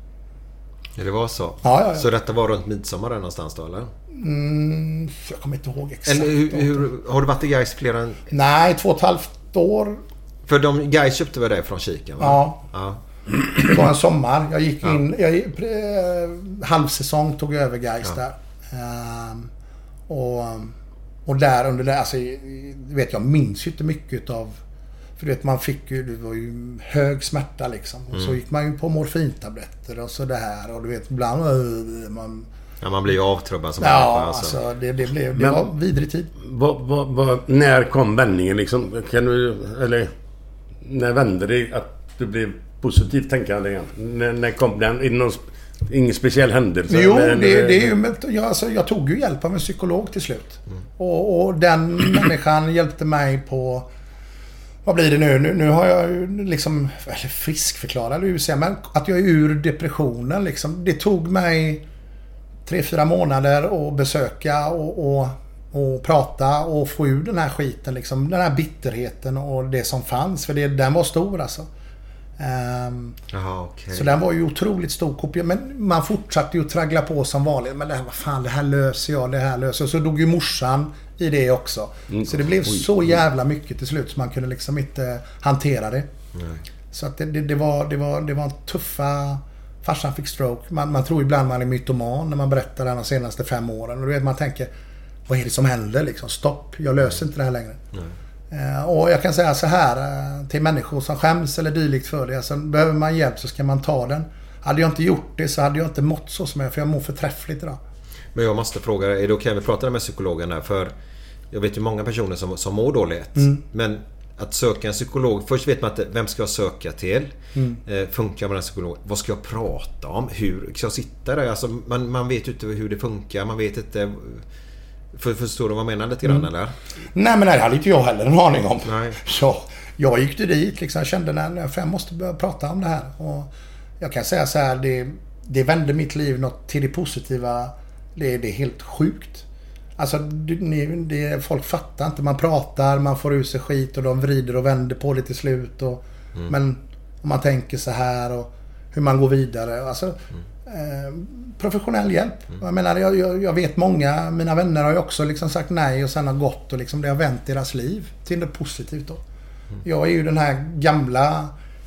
Ja, det var så. Ja, ja, ja. Så detta var runt midsommar någonstans då, eller? Mm, jag kommer inte ihåg exakt. Eller hur, hur, har du varit i Gais flera än... Nej, två och ett halvt år. För de Gais köpte väl det från Kiken, va? Ja. Ja. Det var en sommar. Jag gick in... Jag, eh, halvsäsong tog jag över Gais ja. där. Um, och, och där under det... Alltså, vet jag minns ju inte mycket av... För du vet, man fick ju... Det var ju hög smärta liksom. Och mm. så gick man ju på morfintabletter och så det här. Och du vet, ibland... Man, ja, man blir ju avtrubbad som ja, människa, alltså. alltså det, det, blev, det Men, var vidrig tid. Vad, vad, vad, när kom vändningen liksom? Kan du... Eller... När vände det att du blev positivt tänkande igen? När, när kom den? Är det någon, ingen speciell händelse? Jo, det, det, det är ju... Jag, alltså, jag tog ju hjälp av en psykolog till slut. Mm. Och, och den människan hjälpte mig på... Vad blir det nu? Nu, nu har jag ju liksom... Eller friskförklarad U C. Men att jag är ur depressionen liksom. Det tog mig tre, fyra månader att besöka och... och och prata och få ur den här skiten liksom, den här bitterheten och det som fanns, för det, den var stor alltså. Um, Aha, okay. Så den var ju otroligt stor kopia, men man fortsatte ju att traggla på som vanligt, men det här, vad fan, det här löser jag, det här löser jag. Så dog ju morsan i det också. Mm. Så det blev Oj. så jävla mycket till slut så man kunde liksom inte hantera det. Nej. Så att det, det, det var det var det var tuffa. Farsan fick stroke. Man, man tror ibland man är mytoman när man berättar det de senaste fem åren, och du vet, man tänker, vad är det som händer liksom? Stopp, jag löser inte det här längre. Uh, och jag kan säga så här uh, till människor som skäms eller dylikt för det. Alltså, behöver man hjälp så ska man ta den. Hade jag inte gjort det så hade jag inte mått så som jag, för jag mår förträffligt idag. Men jag måste fråga, är det okej vi pratar med psykologen här? För jag vet ju många personer som, som mår dåligt. Mm. Men att söka en psykolog, först vet man att vem ska jag söka till? Mm. Uh, funkar med en psykolog? Vad ska jag prata om? Hur ska jag sitta där? Alltså, man, man vet ju inte hur det funkar. Man vet inte... För, förstår du vad jag menar lite grann, mm. eller? Nej, men det hade inte jag heller en aning om. Nej. Så jag gick dit liksom, jag kände när jag måste börja prata om det här. Och jag kan säga så här, det, det vände mitt liv något till det positiva. Det, det är helt sjukt. Alltså, det, det, folk fattar inte. Man pratar, man får ut sig skit och de vrider och vänder på det till slut. Och, mm. Men om man tänker så här och hur man går vidare. Alltså... Mm. Eh, professionell hjälp. Mm. Jag menar, jag, jag, jag vet många, mina vänner har ju också liksom sagt nej och sen har gått och liksom det har vänt deras liv till något positivt då. Mm. Jag är ju den här gamla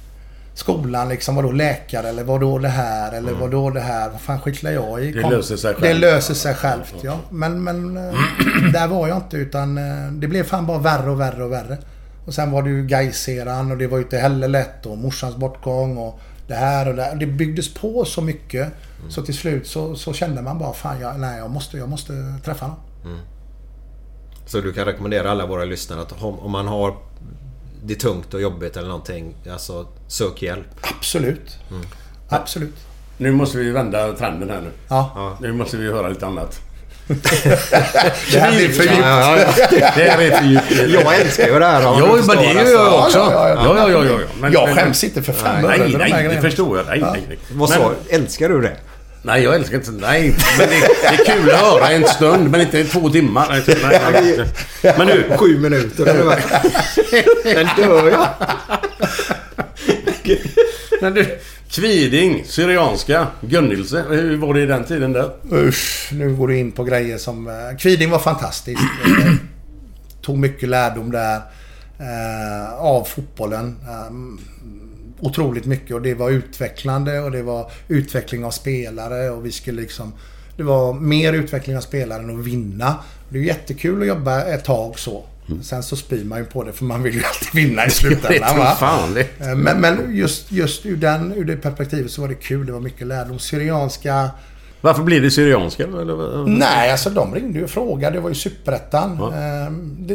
skolan liksom, vadå läkare eller vadå det här eller mm. vadå det här, vad fan skitlar jag i? Det löser sig själv. Det löser sig självt, ja. Men, men där var jag inte, utan det blev fan bara värre och värre och värre. Och sen var det ju Gaiseran och det var ju inte heller lätt och morsans bortgång och det här och det här. Det byggdes på så mycket mm. så till slut så, så kände man bara fan, jag, nej, jag, måste, jag måste träffa någon. Mm. Så du kan rekommendera alla våra lyssnare att om, om man har det tungt och jobbigt eller någonting, alltså sök hjälp. Absolut. Mm. Absolut. Nu måste vi vända trenden här nu. Ja. Ja. Nu måste vi höra lite annat. Det här blir för djupt. Ja, ja, ja. Det här är för djupt. Jag älskar ju det här. Jo, men det är ju jag också. Ja, ja, ja, ja, ja, ja. Men, jag skäms inte för fem nej, öre. Nej, nej, det förstår jag. Nej, nej, nej. Vad sa, älskar du det? Nej, jag älskar inte. Nej, men det, det är kul att höra en stund, men inte två timmar. Nej, nej, nej. Men nu sju minuter eller vad? Den dör jag. Men du, Kviding, Syrianska, Gunnilse. Hur var det i den tiden där? Usch, nu går du in på grejer som... Uh, Kviding var fantastiskt. uh, tog mycket lärdom där uh, av fotbollen. Um, otroligt mycket, och det var utvecklande och det var utveckling av spelare, och vi skulle liksom... Det var mer utveckling av spelare än att vinna. Det är jättekul att jobba ett tag så. Mm. Sen så spyr man ju på det, för man vill ju alltid vinna i slutändan, va? Fan, det. Men, men just, just ur, den, ur det perspektivet så var det kul. Det var mycket lärdom. Syrianska... Varför blir det Syrianska? Eller? Nej, alltså de ringde ju och frågade. Det var ju superettan. Ja. Ehm, det,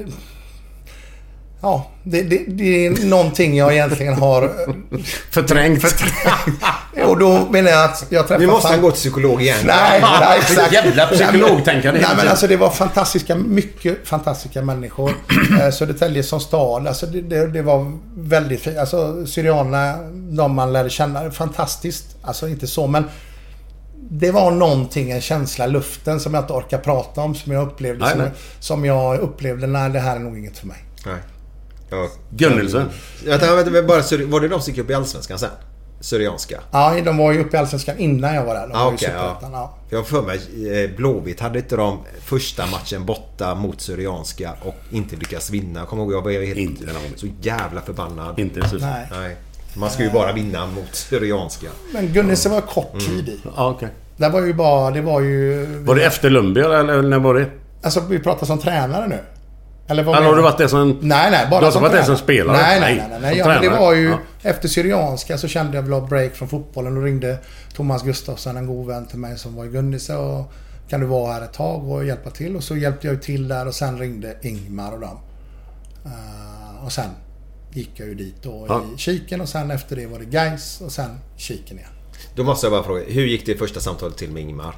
ja, det, det, det är någonting jag egentligen har... Förträngt. Förträngt. Och då menar jag att jag träffade... Vi måste fan gå till psykolog igen. Nej, nej, exakt. Jävla psykologtänkande. Nej, men alltså det var fantastiska, mycket fantastiska människor. Södertälje som stad, alltså det, det, det var väldigt fint. Alltså syrianerna, de man lärde känna, fantastiskt. Alltså inte så, men det var någonting, en känsla i luften som jag inte orkar prata om, som jag upplevde, nej, som, nej. som jag upplevde, nej, det här är nog inget för mig. Nej. Ja. Gunnilse. Jag tänkte bara, var det de som gick upp i Allsvenskan sen? Syrianska. Ja, de var ju uppe i Allsvenskan innan jag var där. De ah, var okay, ja. Ja. Jag får mig, Blåvitt hade inte de första matchen borta mot Syrianska och inte lyckas vinna. Jag kommer ihåg, jag var helt inte så jävla förbannad. Inte så. Nej. Nej. Man ska ju bara vinna mot Syrianska. Men Gunnilse var kort tid i. Mm. Ja, okej. Okay. Det var ju bara, det var ju... Var det efter Lundby eller när var det? Alltså vi pratar som tränare nu. Eller vad har du varit det som... Nej, nej, bara du har som varit det som spelare? Nej, nej, nej. nej, nej. Ja, det var ju... Ja. Efter Syrianska så kände jag väl av break från fotbollen och ringde Thomas Gustafsson, en god vän till mig som var i Gunnilse, och kan du vara här ett tag och hjälpa till? Och så hjälpte jag ju till där, och sen ringde Ingmar och dem. Uh, och sen gick jag ju dit då ja. i Kiken, och sen efter det var det Gais och sen Kiken igen. Då måste jag bara fråga, hur gick det första samtalet till med Ingmar?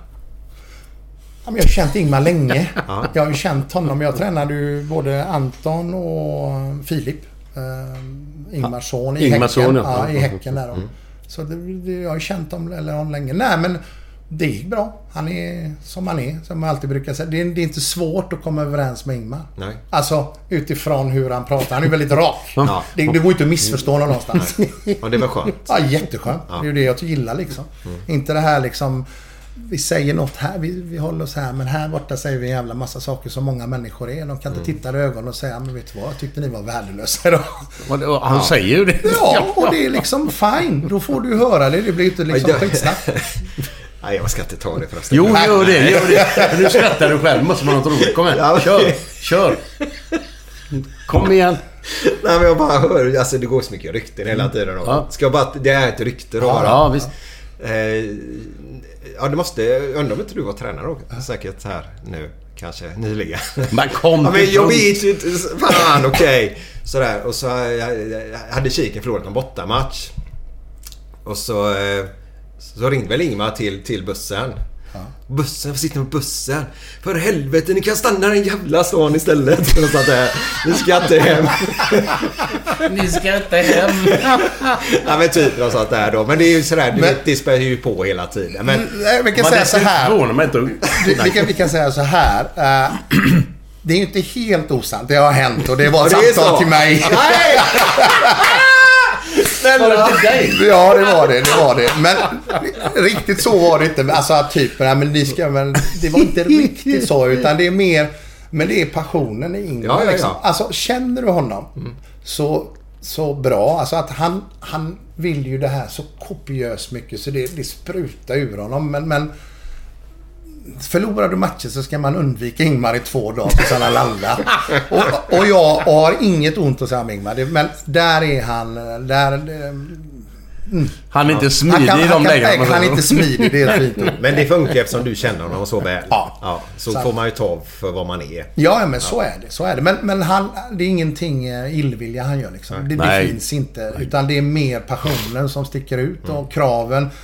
Jag har känt Ingmar länge. Jag har ju känt honom. Jag tränade ju både Anton och Filip. Uh, Ingmars son i Ingmars Häcken. Son, ja. ja, i Häcken där. Mm. Så det, det, jag har ju känt dem eller honom länge. Nej, men det gick bra. Han är som han är, som jag alltid brukar säga. Det är, det är inte svårt att komma överens med Ingmar. Nej. Alltså utifrån hur han pratar. Han är väldigt rak. Ja. Det, det går inte att missförstå någon någonstans. Ja, det var skönt. Ja, jätteskönt. Ja. Det är ju det jag gillar liksom. Mm. Inte det här liksom... Vi säger något här, vi, vi håller oss här, men här borta säger vi en jävla massa saker som många människor är. De kan inte mm. titta i ögonen och säga, men vet du vad, jag tyckte ni var värdelösa idag. Han ja. säger ju det. Ja, och det är liksom fine. Då får du höra det, det blir inte liksom skitsnabbt. Nej, jag ska inte ta det förresten. Jo, gör det, gör det. Nu skrattar du själv, måste man ha något roligt. Kom igen, kör, kör. Kom igen. Nej, men jag bara hör, alltså det går så mycket rykten hela tiden. Ja. Ska jag bara, det är ett rykte då. Ja, ja visst. Eh, ja, det måste, jag undrar om inte du var tränare också. Säkert här nu, kanske nyligen. Men kom ja, men jag vet ju inte, fan okej okay. Sådär, och så jag, jag hade Kiken förlorat en bortamatch. Och så Så ringde väl Ingmar till, till bussen. Ja. Bussen, vad sitter med bussen? För helvete, ni kan stanna den jävla stan istället. Så att, ni ska inte hem. Ni ska inte hem. Ja, men typ något sånt där då. Men det är ju sådär, du vet, det spär ju på hela tiden. Men vi kan säga så här. Inte. Vi kan, vi kan säga så här. Uh, det är ju inte helt osant. Det har hänt och det var ett det samtal till mig. Nej! Var det till dig? Ja, det var det, det var det. Men riktigt så var det inte. Alltså typ, nej, men, ni ska, men det var inte riktigt så, utan det är mer, men det är passionen i Ingmar. Ja, ja, ja. Liksom. Alltså känner du honom mm. så, så bra. Alltså att han, han vill ju det här så kopiöst mycket så det, det sprutar ur honom. Men, men förlorar du matchen så ska man undvika Ingmar i två dagar tills han har landat. Och, och jag har inget ont att säga om Ingmar. Men där är han... Där, mm. Han är inte smidig kan, i de lägena. Han är inte smidig, det är ett fint ord. Men det funkar eftersom du känner honom så väl. Ja. Ja, så, så får man ju ta för vad man är. Ja, men så är det. Så är det. Men, men han, det är ingenting illvilja han gör. Liksom. Det, det finns inte. Utan det är mer passionen som sticker ut och mm. kraven.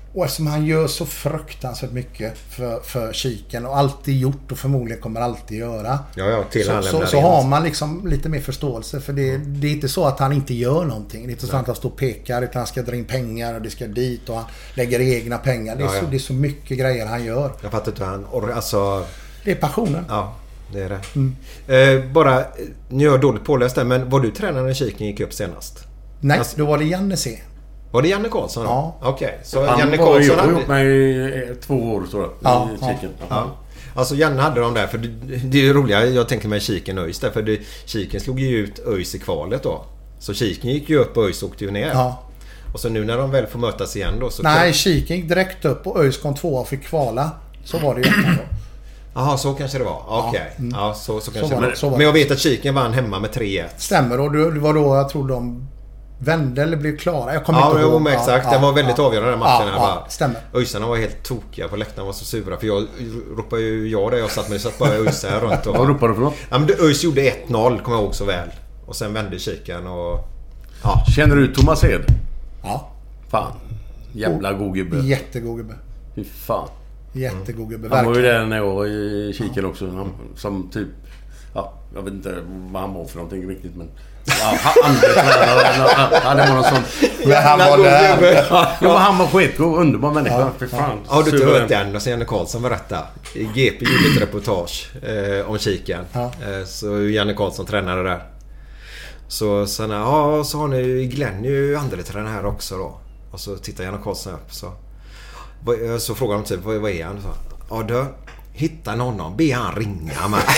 Och eftersom han gör så fruktansvärt mycket för, för Kiken och alltid gjort och förmodligen kommer alltid göra. Ja, ja, till så han så, så har man liksom lite mer förståelse. För det, det är inte så att han inte gör någonting. Det är inte så att han står och pekar, utan han ska dra in pengar och det ska dit och han lägger egna pengar. Det är, ja, ja. Så, det är så mycket grejer han gör. Jag fattar inte han... Alltså... Det är passionen. Ja, det är det. Mm. Eh, bara, nu är jag dåligt påläst där, men var du tränare när Kiken gick upp senast? Nej, alltså, då var det Janne C. Var det Janne Karlsson då? Ja. Okej, okay. Så han Janne var Karlsson ju hade... ihop med i två år så då, ja, i Kiken. Ja. Ja. Alltså Janne hade de där, för det, det är ju roliga, jag tänker med Kiken och ÖIS där, för det, Kiken slog ju ut ÖIS i kvalet då. Så Kiken gick ju upp och ÖIS åkte ju ner. Ja. Och så nu när de väl får mötas igen då så... Nej, Kiken gick direkt upp och ÖIS kom två och fick kvala. Så var det ju då. Jaha, så kanske det var. Okej. Okay. Ja, mm. ja, så, så kanske så det var. Det, så var Men jag vet att Kiken vann hemma med tre ett. Stämmer, och det var då jag tror de vände eller blev klara. Jag kommer ja, inte ihåg. Ja, exakt. Ja, det var väldigt ja, avgörande den matchen. Ja, ja, stämmer. Öjsarna var helt tokiga på läktaren, var så sura. För jag ropade ju jag där jag satt med. Jag satt bara Öjsar runt. Och... Vad ropade du för något? Ja, men Öjs gjorde ett noll, kommer jag ihåg så väl. Och sen vände Kiken och... Ja. Känner du Thomas Hed? Ja. Fan. Jävla god gubbe. Jättegod gubbe. Fy fan. Jättegod gubbe. Han var ju där när jag var i Kiken också. Han, som typ... Ja, jag vet inte vad han var för någonting riktigt, men... Ja, han, ja, det var någon sån... Ja, han var där. Ja, men han var skitgod, underbar människa. Ja, för fan. Har du inte hört den? Och sen Janne Karlsson berätta. G P gjorde ett reportage eh, om Kiken. Ja. Eh, så Janne Karlsson tränade där. Så sen, ja, så har ni Glenn ju andra tränare här också då. Och så tittar Janne Karlsson upp så... Så frågar de typ, vad, vad är han? Så, ja, du, hittar någon, be han ringa mig.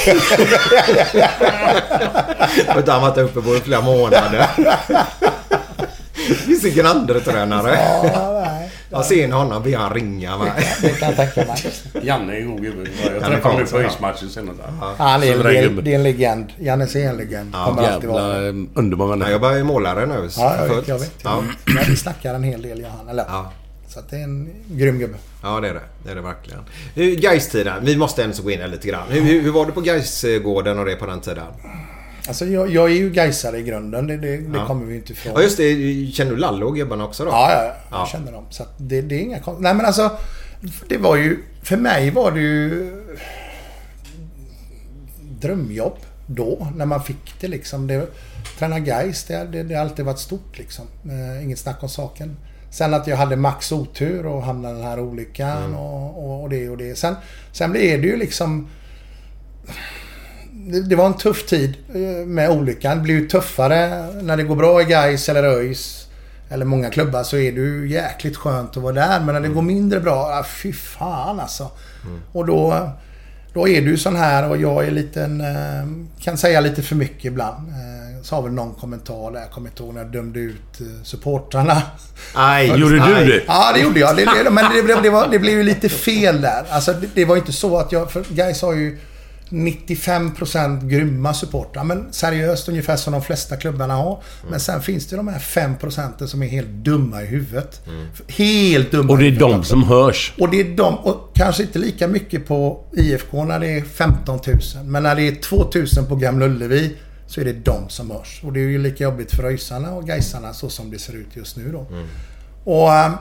Och han var uppe på flera månader. Det finns ingen andra tränare. Ja, nej. Jag ser honom, be han ringa mig. Det kan jag tänka mig. Janne är god gubbe. Jag träffade honom på ismatchen sen. Ja, han är, det, är, det är en legend. Janne är en legend. Ja, kommer alltid vara. Underbar människa. Ja, jag bara är målare nu. Ja, jag vet. Jag vet. Ja. Ja, vi snackar en hel del, Johan. Eller? Ja. Så att det är en grym gubbe. Ja, det är det. Det är det verkligen. Gais-tiden. Vi måste ändå gå in lite grann. Hur, hur, hur var det på Gaisgården och det på den tiden? Alltså jag, jag är ju gaisare i grunden. Det, det, det ja. kommer vi inte ifrån. Ja, just det. Känner du Lallo och gubbarna också då? Ja, ja, ja. Jag ja. känner dem. Så att det, det är inga konst... Nej, men alltså... Det var ju... För mig var det ju... drömjobb då. När man fick det liksom. Det, träna Gais, det, det, det har alltid varit stort liksom. Eh, inget snack om saken. Sen att jag hade max otur och hamnade i den här olyckan mm. och, och, och det och det. Sen, sen blev det ju liksom... Det, det var en tuff tid med olyckan. Det blir ju tuffare när det går bra i Gais eller ÖIS eller många klubbar, så är det ju jäkligt skönt att vara där. Men när det går mindre bra, ah, fy fan alltså. Mm. Och då, då är du sån här, och jag är liten, kan säga lite för mycket ibland. Så har väl någon kommentar där, jag kommer inte ihåg när jag dömde ut supportrarna. Aj, gjorde du det? Ja, det gjorde jag. Det, det, men det, det, det, var, det blev ju lite fel där. Alltså det, det var inte så att jag, för Gais har ju nittiofem procent grymma supportrar, men seriöst ungefär som de flesta klubbarna har. Mm. Men sen finns det de här fem procenten som är helt dumma i huvudet. Mm. Helt dumma. Och det är de som hörs. Och det är de, och kanske inte lika mycket på I F K när det är femton tusen. Men när det är två tusen på Gamla Ullevi så är det de som hörs. Och det är ju lika jobbigt för Öjsarna och Gaisarna så som det ser ut just nu då. Mm. Och ähm,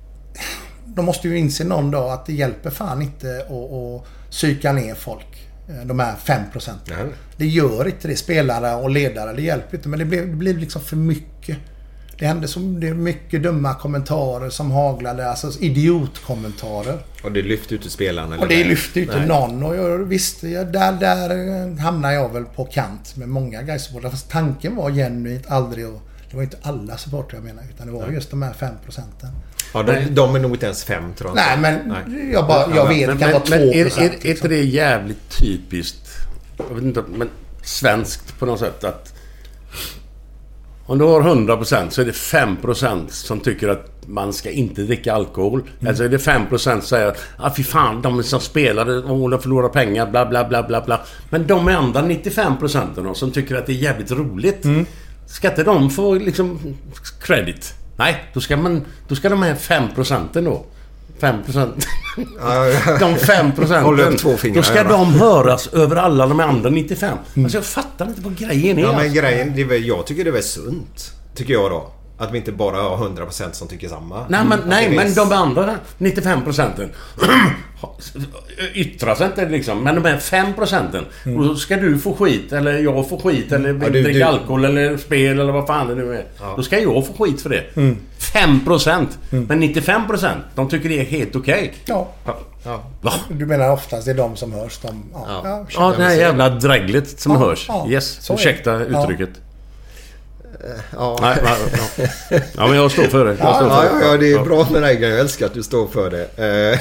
de måste ju inse någon dag att det hjälper fan inte att, att psyka ner folk. De här fem procent. Mm. Det gör inte det. Spelare och ledare, det hjälper inte. Men det blir, det blir liksom för mycket. Det hände så det är mycket dumma kommentarer som haglade. Alltså idiotkommentarer. Och det lyfte ut spelarna? Och det lyfte ut någon. Och jag visste, jag, där, där hamnade jag väl på kant med många Gaisupportrar. Fast tanken var genuint aldrig. Och det var inte alla supportrar jag menar. Utan det var just de här fem procenten. Ja, de, de är nog inte ens fem, tror jag. Nej, men Nej. jag, bara, jag vet men, det kan men, vara två procent. Men är, är, är inte det jävligt typiskt, jag vet inte, men svenskt på något sätt, att om du har hundra procent så är det fem procent som tycker att man ska inte dricka alkohol. Mm. Alltså är det fem procent som säger ah, fy fan, de som spelade och de förlorar pengar, bla bla bla bla bla. Men de är andra nittiofem procent som tycker att det är jävligt roligt. Mm. Ska inte de få liksom credit? Nej, då ska man då ska de här fem procenten då. fem procent. De fem procenten. Två fingrar, då ska ja. de höras över alla de andra nittiofem. Mm. Alltså jag fattar inte vad grejen är. Ja, men alltså. grejen, det är väl, jag tycker det är väl sunt. Tycker jag då. Att vi inte bara har hundra procent som tycker samma. Nej, men, nej, men finns... de andra nittiofem procenten yttrar sig inte liksom. Men de här fem procenten mm. och då ska du få skit, eller jag får skit, eller ja, du, dricka du... alkohol, eller spel, eller vad fan det nu är. Ja. Då ska jag få skit för det. Mm. fem procent. Mm. Men nittiofem procent, de tycker det är helt okej. Okay. Ja. Ja. Ja. Du menar oftast det är de som hörs. De, ja, ja. Ja, ja, det här jävla drägligt som ja, hörs. Ja, yes, ursäkta uttrycket. Ja. Ja. Nej, ja, ja. ja, men jag står för det. Jag står ja, för ja, det. ja, det är bra med dig. Jag älskar att du står för det.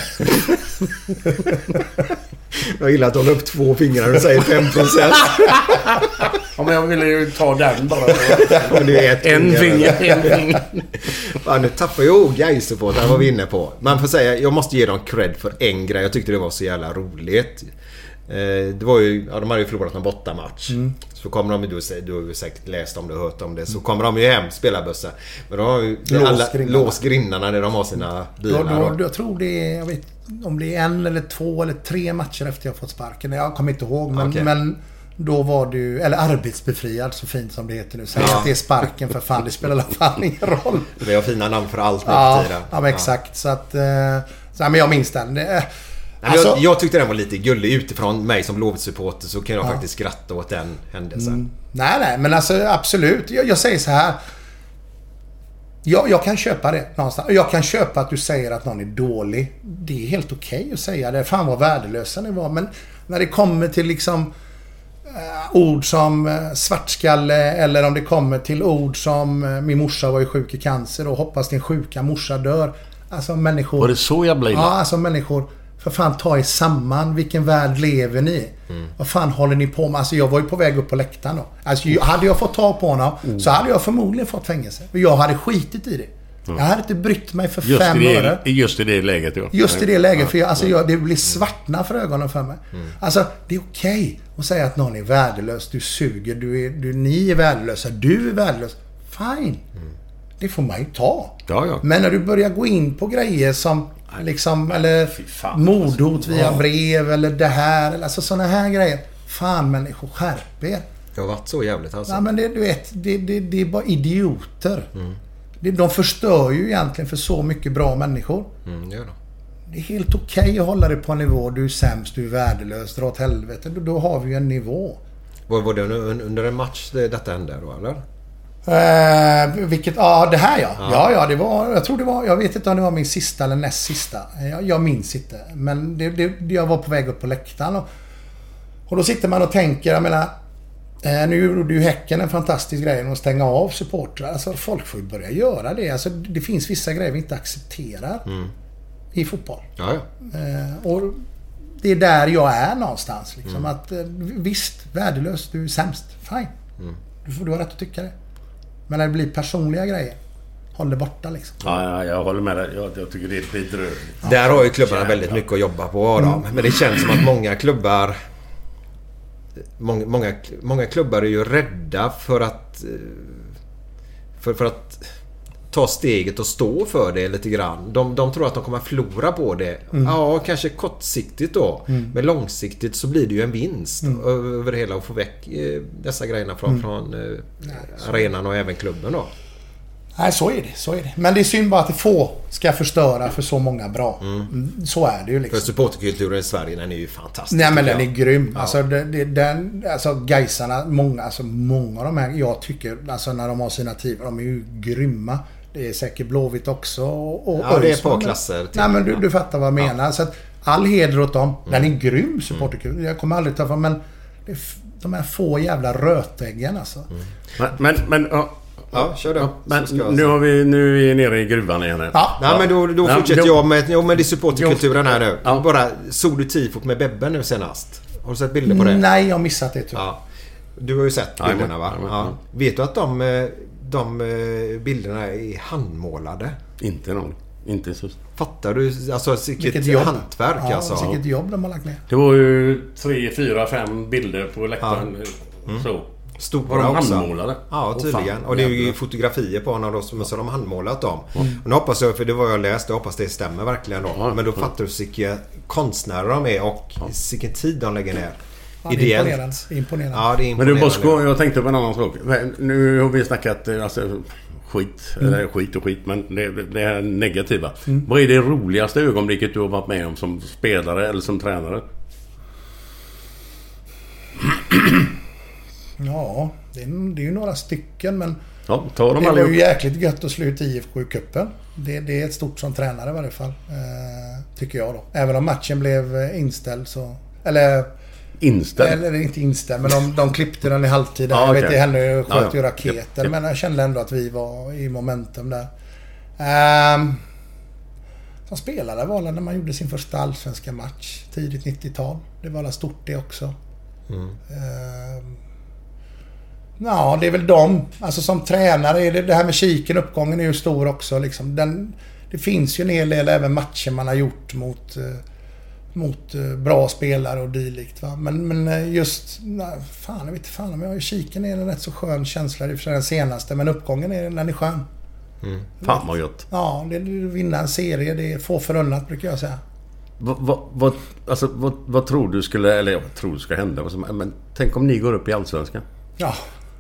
Jag gillar att du håller upp två fingrar och säger fem procent. Ja, men jag ville ju ta den bara. Men det är ett en finger, en finger. Ja, nu tappar jag ord Gais-supportrar var vi inne på. Man får säga, jag måste ge dem cred för en grej. Jag tyckte det var så jävla roligt. Det var ju, ja, de hade ju förlorat en bortamatch. Mm. Så kommer de, du, du har ju säkert läst om det och hört om det. Så kommer de ju hem, spelarbussen. Men de har ju låst grinnarna när de har sina bilar. Då, då, jag tror det är, jag vet om det är en eller två eller tre matcher efter jag fått sparken. Jag kommer inte ihåg, men, okay. men då var du, eller arbetsbefriad så fint som det heter nu. Säg ja. att det är sparken för fan, det spelar i alla fall ingen roll. Vi har fina namn för allt nu ja, för tiden. Ja, men exakt. Ja. Så att, så, men jag minns den. Det, Nej, alltså, jag, jag tyckte den var lite gullig utifrån mig som Blåvitt-supporter, så kan jag ja. faktiskt skratta åt den händelsen. Mm. Nej, nej, men alltså absolut. Jag, jag säger så här. Jag, jag kan köpa det någonstans. Jag kan köpa att du säger att någon är dålig. Det är helt okej okay att säga det. Fan vad värdelösa ni var. Men när det kommer till liksom äh, ord som äh, svartskalle, eller om det kommer till ord som äh, min morsa var ju sjuk i cancer och hoppas din sjuka morsa dör. Alltså människor... Var det så jag blev? Ja, alltså människor... För fan, ta er samman. Vilken värld lever ni? Mm. Vad fan håller ni på med? Alltså jag var ju på väg upp på läktaren då. Alltså hade jag fått ta på honom mm. så hade jag förmodligen fått fängelse. Och jag hade skitit i det. Mm. Jag hade inte brytt mig för just fem öre. Just i det läget, ja. Just i det läget. För jag, alltså jag, det blir svartna för ögonen för mig. Mm. Alltså det är okej okay att säga att någon är värdelös. Du suger. Du är, du, ni är värdelösa. Du är värdelös. Fine. Mm. Det får man ju ta. Ja, ja. Men när du börjar gå in på grejer som liksom, eller mordhot via brev eller det här, eller alltså såna här grejer. Fan människor, skärp er. Det har varit så jävligt alltså. Ja, men det, du vet, det, det, det är bara idioter. Mm. Det, de förstör ju egentligen för så mycket bra människor. Mm, gör det. Det är helt okej okay att hålla det på en nivå. Du är sämst, du är värdelös, dra åt helvete. Då, då har vi ju en nivå. Var, var det under en match det, detta hände då, eller? Eh, vilket, ja det här ja. ja. Ja, ja, det var, jag tror det var, jag vet inte om det var min sista eller näst sista. Jag, jag minns inte. Men det, det, jag var på väg upp på läktaren och, och då sitter man och tänker, jag menar, eh, nu gjorde ju Häcken en fantastisk grej att stänga av supportrar. Alltså folk får ju börja göra det. Alltså det finns vissa grejer vi inte accepterar mm. i fotboll. Ja, ja. Eh, och det är där jag är någonstans liksom, mm. att eh, visst, värdelös, du är sämst. Fine. Mm. Du får du ha rätt att tycka det. Men när det blir personliga grejer, håll det borta liksom. Ja, ja, jag håller med dig. Jag, jag tycker det är lite rör. Ja. Där har ju klubbarna väldigt mycket att jobba på. Mm. Men det känns som att många klubbar många, många, många klubbar är ju rädda för att för, för att ta steget och stå för det lite grann. De, de tror att de kommer att förlora på det. Mm. Ja, kanske kortsiktigt då. Mm. Men långsiktigt så blir det ju en vinst mm. över hela att få väck eh, dessa grejerna från, mm. från eh, Nej, arenan och även klubben då. Nej, så är det, så är det. Men det är synd bara att det få ska förstöra för så många bra. Mm. Så är det ju liksom. För supporterkulturen i Sverige, den är ju fantastisk. Nej, men den är grym. Ja. Alltså, det, det, den, alltså Gaisarna, många, alltså många av de här, jag tycker, alltså när de har sina tider, de är ju grymma. Det är säkert Blåvitt också. Och, ja, det är på klasser. Till. Nej, men du, du fattar vad jag menar. Ja. Så att all heder åt dem. Den är grym supporterkultur. Jag kommer aldrig ta för, men det är de här få jävla rötäggen alltså. Mm. Men, men, men ja. Ja, kör det. Ja, men nu har vi nu är vi nere i gruvan igen här. Ja, nej, men då, då ja, fortsätter då, jag med, jo, med det supporterkulturen här nu. Ja. Bara såg du tifot med Bebbe nu senast? Har du sett bilder på det? Nej, jag har missat det tror jag. Ja. Du har ju sett bilderna, va? Ja. Ja. Vet du att de, de bilderna är handmålade? Inte någon. Inte så. Fattar du? Alltså vilket jobb. hantverk ja, alltså. Vilket jobb de har lagt ner. Det var ju tre, fyra, fem bilder på läktaren. Ja. Mm. Så. Stora de handmålade. Ja, tydligen. Oh, och det är ju fotografier på honom då, som så de handmålat dem. Mm. Och nu hoppas jag, för det var jag läste, jag hoppas det stämmer verkligen då. Mm. Men då fattar du vilka konstnärer de är och mm. vilken tid de lägger ner. Ja, det är imponerande. imponerande. Ja, det är imponerande. Men du Bosko, jag tänkte på en annan sak. Nu har vi snackat alltså, skit, mm. eller skit och skit, men det, det är negativa. Mm. Vad är det roligaste ögonblicket du har varit med om som spelare eller som tränare? Ja, det är, det är ju några stycken, men ja, ta dem det allihop. var ju jäkligt gött att sluta I F K i kuppen. Det, det är ett stort som tränare i varje fall, eh, tycker jag då. Även om matchen blev inställd så... Eller... Inställd? Eller inte inställd, men de, de klippte den i halvtid. Ah, jag okay. vet, det hände sköt ja, ju ja. raketer. Yep, yep. Men jag kände ändå att vi var i momentum där. Um, som spelare var det när man gjorde sin första allsvenska match. Tidigt nittiotal. Det var stort det också. Mm. Um, ja, det är väl de. Alltså som tränare är det, det här med kiken, uppgången är ju stor också. Liksom. Den, det finns ju en hel del även matcher man har gjort mot... Uh, mot bra spelare och dylikt, va? Men, men just nej, fan, jag vet inte fan, men jag har ju kiken är en rätt så skön känsla i för den senaste, men uppgången är den är skön. Mm. Fan vad gött. Ja, det är vinna en serie, det är få förunnat brukar jag säga. Vad, vad, vad, alltså, vad, vad tror du skulle, eller jag tror det ska hända, men tänk om ni går upp i Allsvenskan? Ja.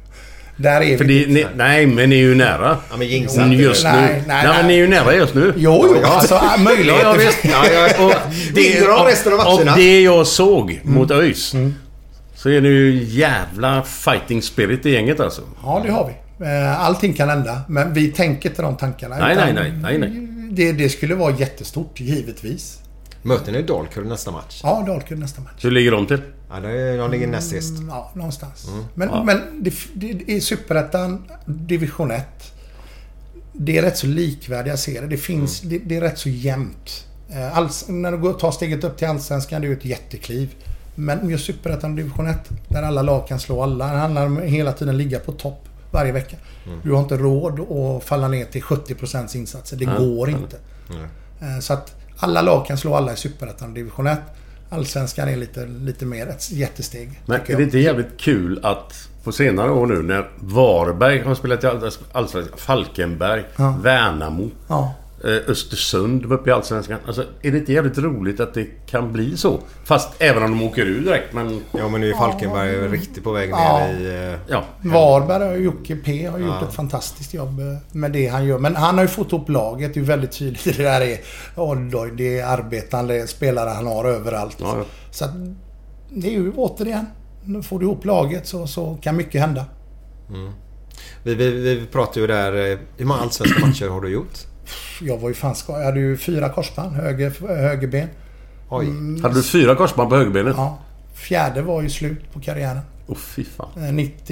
Där är för vi. Det, ni, nej, men ni är ju nära. Ja, men jinxat. Just nu. Nej, nej, nej. nej, men ni är ju nära just nu. Jo, jo, alltså möjligheter. Ja, visst. Ja, ja, och det, och, resten av matcherna. och det jag såg mm. mot ÖIS mm. så är det ju jävla fighting spirit i gänget alltså. Ja, det har vi. Allting kan hända, men vi tänker inte de tankarna. Nej, nej, nej, nej, nej. Det, det skulle vara jättestort, givetvis. Möter ni Dalkurd nästa match? Ja, Dalkurd nästa match. Hur ligger de till? Ja, de ligger näst sist. Mm, ja, någonstans. Mm. Men, ja. men det, det är Superettan, division ett. Det är rätt så likvärdiga serier. Det finns, mm. det, det är rätt så jämnt. Alls, när du går tar steget upp till Allsvenskan, det är ju ett jättekliv. Men just Superettan och division ett, där alla lag kan slå alla. Det handlar om hela tiden ligga på topp varje vecka. Mm. Du har inte råd att falla ner till sjuttio procent insatser. Det mm. går inte. Mm. Så att alla lag kan slå alla i Superettan och division ett. Allsvenskan är lite, lite mer ett jättesteg. Men är det inte jävligt kul att på senare år nu när Varberg har spelat i Allsvenskan, Falkenberg, ja. Värnamo, ja. Östersund var uppe i Allsvenskan. Alltså, är det inte jävligt roligt att det kan bli så? Fast även om de åker ur direkt, men... Ja, men nu är Falkenberg ja. riktigt på väg ner ja. i... Ja. Varberg och Jocke P har gjort ja. ett fantastiskt jobb med det han gör. Men han har ju fått upp laget, det är ju väldigt tydligt. Det där är... Oh, det är arbetande spelare han har överallt. Ja, ja. Så att, det är ju återigen. Nu får du ihop laget så, så kan mycket hända. Mm. Vi, vi, vi pratar ju där... Hur många allsvenska matcher har du gjort? Jag var ju fan ska. Jag hade ju fyra korsband, höger, högerben. Oj. Mm. Hade du fyra korsband på högerbenet? Ja. Fjärde var ju slut på karriären. Åh, oh, fy fan. nittio...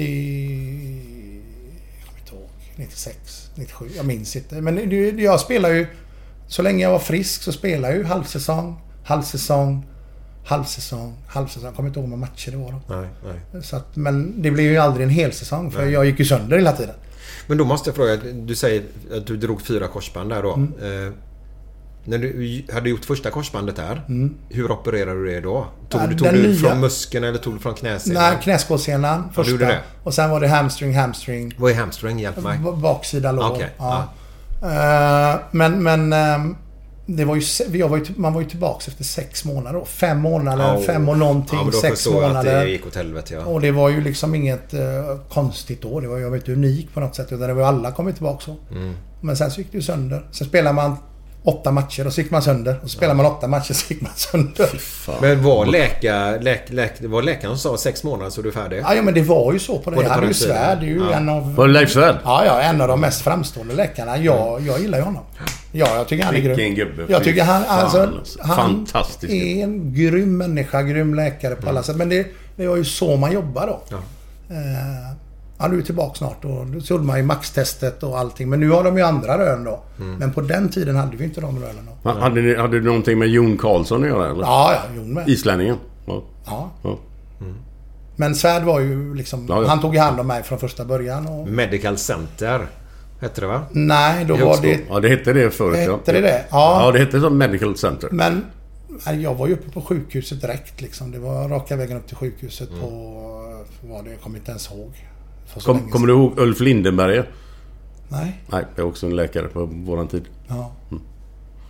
Jag kommer inte ihåg. nittiosex, nittiosju. Jag minns inte. Men jag spelar ju... Så länge jag var frisk så spelar jag ju halvsäsong, halvsäsong, halvsäsong, halvsäsong. Jag kommer inte ihåg hur många matcher det var då. Nej, nej. Så att, men det blev ju aldrig en hel säsong för nej. Jag gick ju sönder hela tiden. Men då måste jag fråga, du säger att du drog fyra korsband där då. Mm. Eh, när du hade gjort första korsbandet där, mm. hur opererade du det då? Tog, ja, du, tog du nya... från muskeln eller tog du från knäsenan? Nej, knäskålsenan första. Ja, det. Och sen var det hamstring, hamstring. Vad är hamstring? Hjälp mig. B- baksida lår. Okay. Ja. Ja. Uh, men men um, det var ju, jag var ju, man var ju tillbaka efter sex månader. Fem månader, oh. fem och någonting, ja, sex månader. Det gick åt helvete, ja. Och det var ju liksom inget uh, konstigt då. Det var ju vet, unikt på något sätt. Utan det var ju alla kommit tillbaka så. Mm. Men sen så gick det ju sönder. Sen spelar man åtta matcher och så gick man sönder. Och så spelar man åtta matcher så gick man sönder. Men var, läka, läk, läk, var läkaren som sa sex månader så du är färdig? Ja, ja men det var ju så på det. Jag hade ju Svärd. Det är ju ja. en av... Var det Leif Svärd? Ja, ja, en av de mest framstående läkarna. Jag, jag gillar ju honom. Ja, jag tycker han är grym. Gubbe, jag tycker han, alltså, han fantastisk. är en grym människa, grym läkare på mm. alla sätt. Men det, det var ju så man jobbar då. Ja. Eh, ja, du är tillbaka snart och då såg man ju maxtestet och allting. Men nu har de ju andra rön då. Mm. Men på den tiden hade vi inte de rönen då. Ja, hade, ni, hade du någonting med Jon Karlsson att göra eller? Ja, ja, Jon med. Islänningen? Ja. ja. ja. Mm. Men Svärd var ju liksom... Ja, ja. Han tog hand om mig från första början. Och... Medical Center hette det, va? Nej, då var det... Ja, det hette det förut. Hette ja. det det? Ja. Ja, det hette som Medical Center. Men jag var ju uppe på sjukhuset direkt liksom. Det var raka vägen upp till sjukhuset mm. på... Vad det, jag kommer inte ens ihåg. Kom, kommer du ihåg Ulf Lindenberg? Nej. Nej, jag är också en läkare på våran tid. Ja. Mm.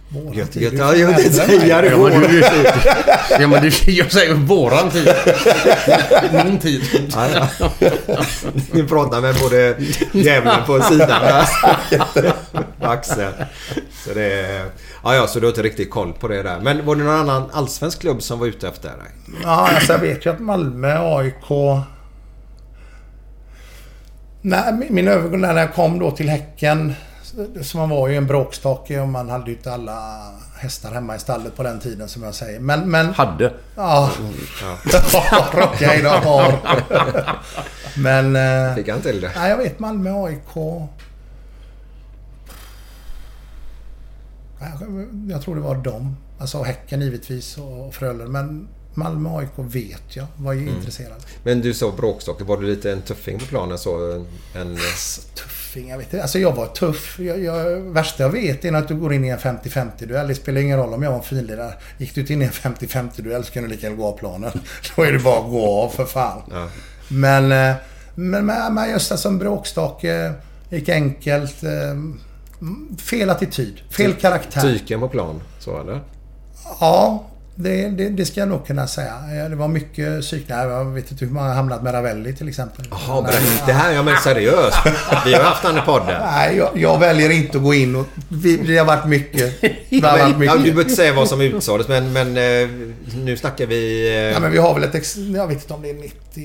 Gött, gött. Ja, jag vill inte säga det. Ja, men du, ja, men du, jag säger våran tid. Min tid. Ja, ja. Ni pratar med både djävulen på sidan Axel. Så det är... Ja, ja, så du har inte riktigt koll på det där. Men var det någon annan allsvensk klubb som var ute efter dig? Ja, alltså jag vet ju att Malmö, A I K... Nej, min övergång när jag kom då till Häcken, så man var ju en bråkstake och man hade ju inte alla hästar hemma i stallet på den tiden, som jag säger. Men, men hade? Ja. Ja, okej då har. Men fick han till det? Nej, jag vet Malmö, A I K. Jag tror det var dem. Alltså Häcken givetvis och Frölunda, men Malmö A I K vet jag, var ju mm. intresserad. Men du sa bråkstake, var du lite en tuffing på planen så en... Alltså, tuffing, jag vet inte. Alltså jag var tuff. Jag, jag, värsta jag vet är att du går in i en femtio femtio duell. Det spelar ingen roll om jag var en finlirare. Gick du in i en femtio femtio duell så kan du lika gärna gå av planen. Då är det bara att gå av för fan. Ja. Men, men, men just alltså en bråkstake gick enkelt. Fel attityd, fel karaktär. Tyken på plan, så eller? Ja, det, det, det ska jag nog kunna säga. Det var mycket psyk. Nej, jag vet inte hur man har hamnat med Ravelli till exempel. Jaha, men det här, jag menar seriöst. Vi har haft han i podden. Nej, jag, jag väljer inte att gå in och... Vi, det har varit mycket. Det har varit mycket. Ja, du behöver inte säga vad som utsades, men, men nu snackar vi... Ja, men vi har väl ett... Ex, jag vet inte om det är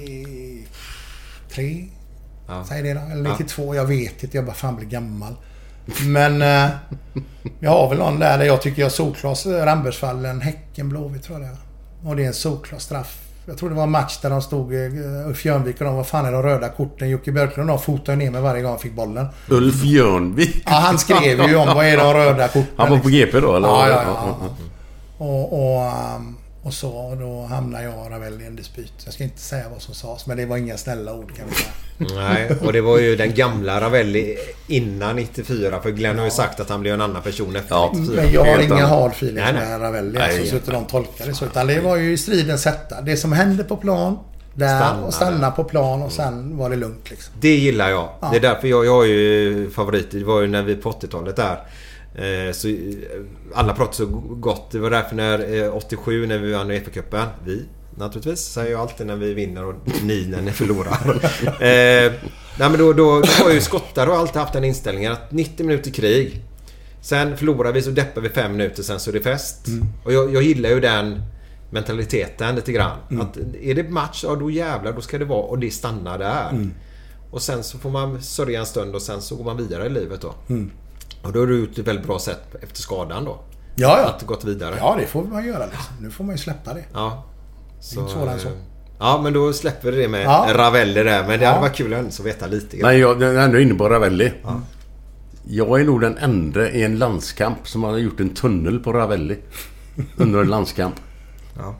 nittiotre. Ja. Säger det då? Eller nittiotvå, ja. Jag vet inte. Jag bara fan blir gammal. Men eh, jag har väl någon där, där jag tycker jag solklas Rambergsfallen, Häcken, Blåvitt tror jag det. Och det är en solklas straff. Jag tror det var en match där de stod Ulf Jörnvik och de var fan är de röda korten. Jocke Björklund och fotade ner med varje gång han fick bollen. Ulf Jörnvik? Ja, han skrev ju om vad är de röda korten. Han var på G P då eller? Ja, ja, ja. Och, och, och så och då hamnade jag och Ravelli i en dispyt. Jag ska inte säga vad som sades, men det var inga snälla ord kan vi säga. Nej, och det var ju den gamla Ravelli innan nittiofyra, för Glenn har ju sagt att han blev en annan person efter ja, nittiofyra. Men jag har inga hard feelings med Ravelli, alltså, så att de tolkar det så. Utan det var ju i stridens sätta. Det som hände på plan, där stanna, och stanna på plan och sen var det lugnt liksom. Det gillar jag. Ja. Det är därför jag, jag har ju favoriter. Det var ju när vi på åttiotalet där. Så alla pratade så gott. Det var därför när åttiosju när vi vann i F A-cupen, vi naturligtvis säger jag alltid när vi vinner och ni när ni förlorar. eh, nej men då, då, då har ju skottar och alltid haft den inställningen att nittio minuter krig, sen förlorar vi så deppar vi fem minuter, sen så är det fest. Mm. Och jag, jag gillar ju den mentaliteten lite grann. Mm. Att är det match, ja då jävlar, då ska det vara, och det stannar där. Mm. Och sen så får man sörja en stund och sen så går man vidare i livet då. Mm. Och då har du gjort ett väldigt bra sätt efter skadan då. Ja, ja. Att det gått vidare. Ja, det får man göra liksom. Nu får man ju släppa det. Ja. Så, inte så, så. Ja, men då släpper vi det med ja. Ravelli där. Men det ja. hade varit kul att veta lite grann. Nej, jag är ändå inne på Ravelli. Ja. Jag är nog den enda i en landskamp som har gjort en tunnel på Ravelli under en landskamp. Ja.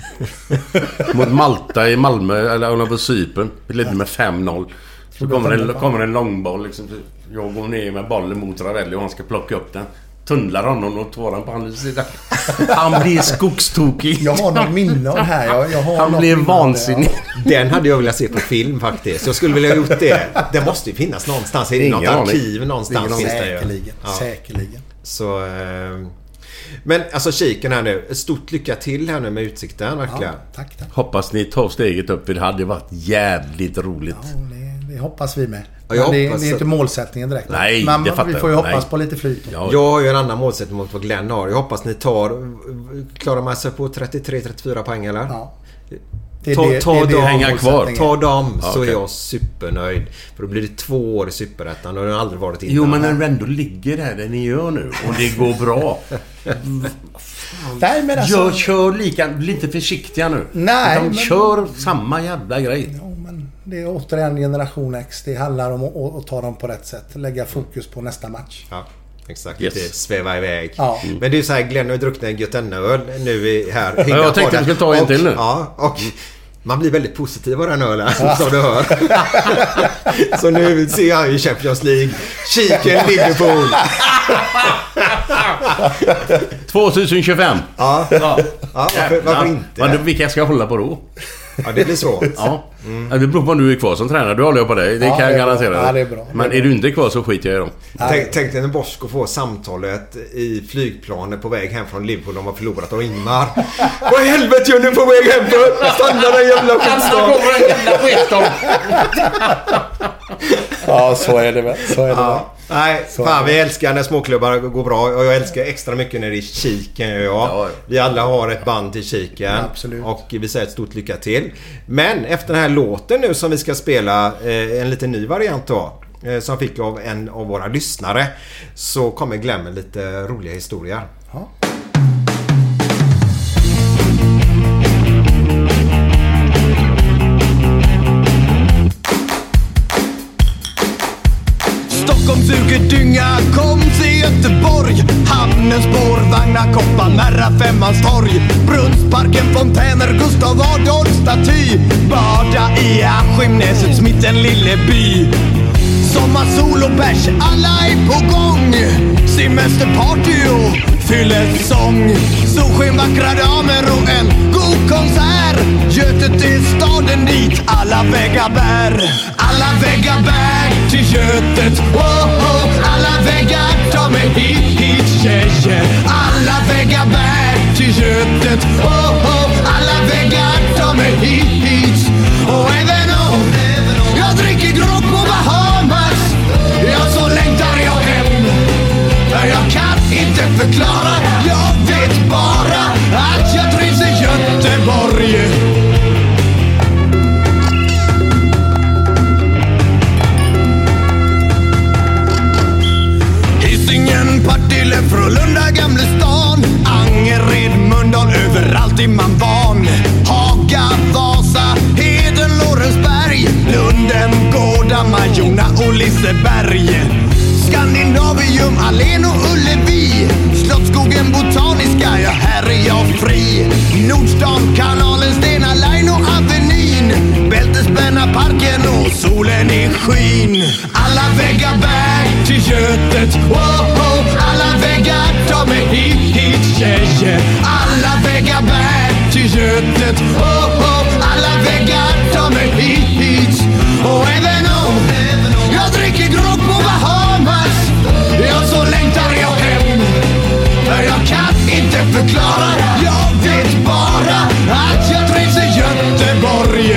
Mot Malta i Malmö, eller på Cypern. Vi ledde med fem noll. Så kommer en, kommer en långboll liksom. Jag går ner med bollen mot Ravelli och han ska plocka upp den. Tunnlar honom och tar den på andra sidan. Han blir skogstokig. Jag har någon minne av det här. Jag, jag har han blir vansinnig. Den hade jag velat se på film faktiskt. Jag skulle vilja ha gjort det. Det måste ju finnas någonstans. I något arkiv någonstans. Säkerligen. Ja. Säkerligen. Så... Eh, men alltså kiken här nu. Stort lycka till här nu med utsikten verkligen. Ja, tack, tack. Hoppas ni tar steget upp. Det hade varit jävligt roligt. Ja, det, det hoppas vi med. Ja, det, det är inte målsättningen direkt. Nej, men det fattar vi får ju hoppas nej. på lite flyt. Ja. Jag har ju en annan målsättning mot vad Glenn har. Jag hoppas ni tar... Klarar man sig på trettiotre trettiofyra poäng eller? Ja. Det är ta, det, ta det, är dem, det hänga kvar. Ta dem ja, så okay. är jag supernöjd. För då blir det två år i Superettan och det har aldrig varit innan. Jo, men när du ändå ligger där, där ni gör nu och det går bra. Nej, men alltså... Gör, kör lika, lite försiktiga nu. Nej, men... kör samma jävla grej. Ja, men det är återigen generation X. Det handlar om att, att ta dem på rätt sätt. Lägga fokus på nästa match. Ja. Exakt, yes. Det svävar iväg. Ja. Mm. Men det är så här, Glenn har druckit en Götene-öl nu här. Ja, jag tänkte att vi skulle ta en till nu. Ja, och man blir väldigt positiv av den ölen, ja. Som du hör. Så nu ser jag ju Champions League. Kiken Liverpool. tjugo tjugofem. Ja, ja. Ja varför, varför ja. inte? Ja, vilka ska jag hålla på då? Ja, det blir svårt. Ja. Mm. Det beror på om du är kvar som tränare. Du håller jag på dig. Det ja, kan jag det garantera. Ja, det är bra. Men är, är du inte kvar så skiter jag i dem. Tänk, tänk dig när Bosko får samtalet i flygplanet på väg hem från Liverpool. De har förlorat och Ingmar. Vad i helvete gör ni på väg hem för? Stanna den jävla skitstan. Ja, så är det väl. Så är det ja. väl. Nej, så fan vi älskar när småklubbar går bra. Och jag älskar extra mycket när det är Kiken. Ja. Ja. Vi alla har ett band till Kiken. Ja, absolut. Och vi säger ett stort lycka till. Men efter den här låten nu som vi ska spela, eh, en liten ny variant då, eh, som fick av en av våra lyssnare, så kommer Glenn med lite roliga historier. Ja. Stockholmsuget dynga kom till Göteborg. Hamnens spårvagnar, Koppa, Märra, Femmans torg. Brunnsparken, fontäner, Gustav Adolfs staty. Bada i Askimnäsets mitten lille by. Sommarsol och bärs, alla är på gång. Semesterparty och fyllesång. Solsken, vackra damer och en god konsert. Götet är staden dit alla vägar bär. Alla vägar bär till Götet. Oh, oh. Alla vägar tar mig hit, hit tjejer. Alla vägar bär till Götet. Oh, oh. Alla vägar tar mig hit, hit. Och även om jag dricker grogg på Bahamas, ja, så längtar jag hem. Jag kan inte förklara, jag vet bara att jag trivs i Göteborg. Hisingen, Partille, Frölunda, Gamle stan, Angered, Mölndal, överallt är man van. Haga, Vasa, Heden, Lorensberg, Lunden, Gårda, Majorna och Liseberg. Skandinavium, Alen och Ullevi, Slottsskogen, Botaniska, ja här är jag fri. Nordstan, Kanalen, Stena Line och Avenyn, Bältesbänna, parken och solen i skyn. Alla vägar bär till Götet. Oh, oh. Alla vägar tar mig hit, hit tjejer. Alla vägar bär till Götet. Oh, oh. Alla vägar tar mig hit, hit. Och även om jag dricker grogg på Bahamas, ja, så längtar jag hem. Jag kan inte förklara, jag vet bara att jag trivs i Göteborg.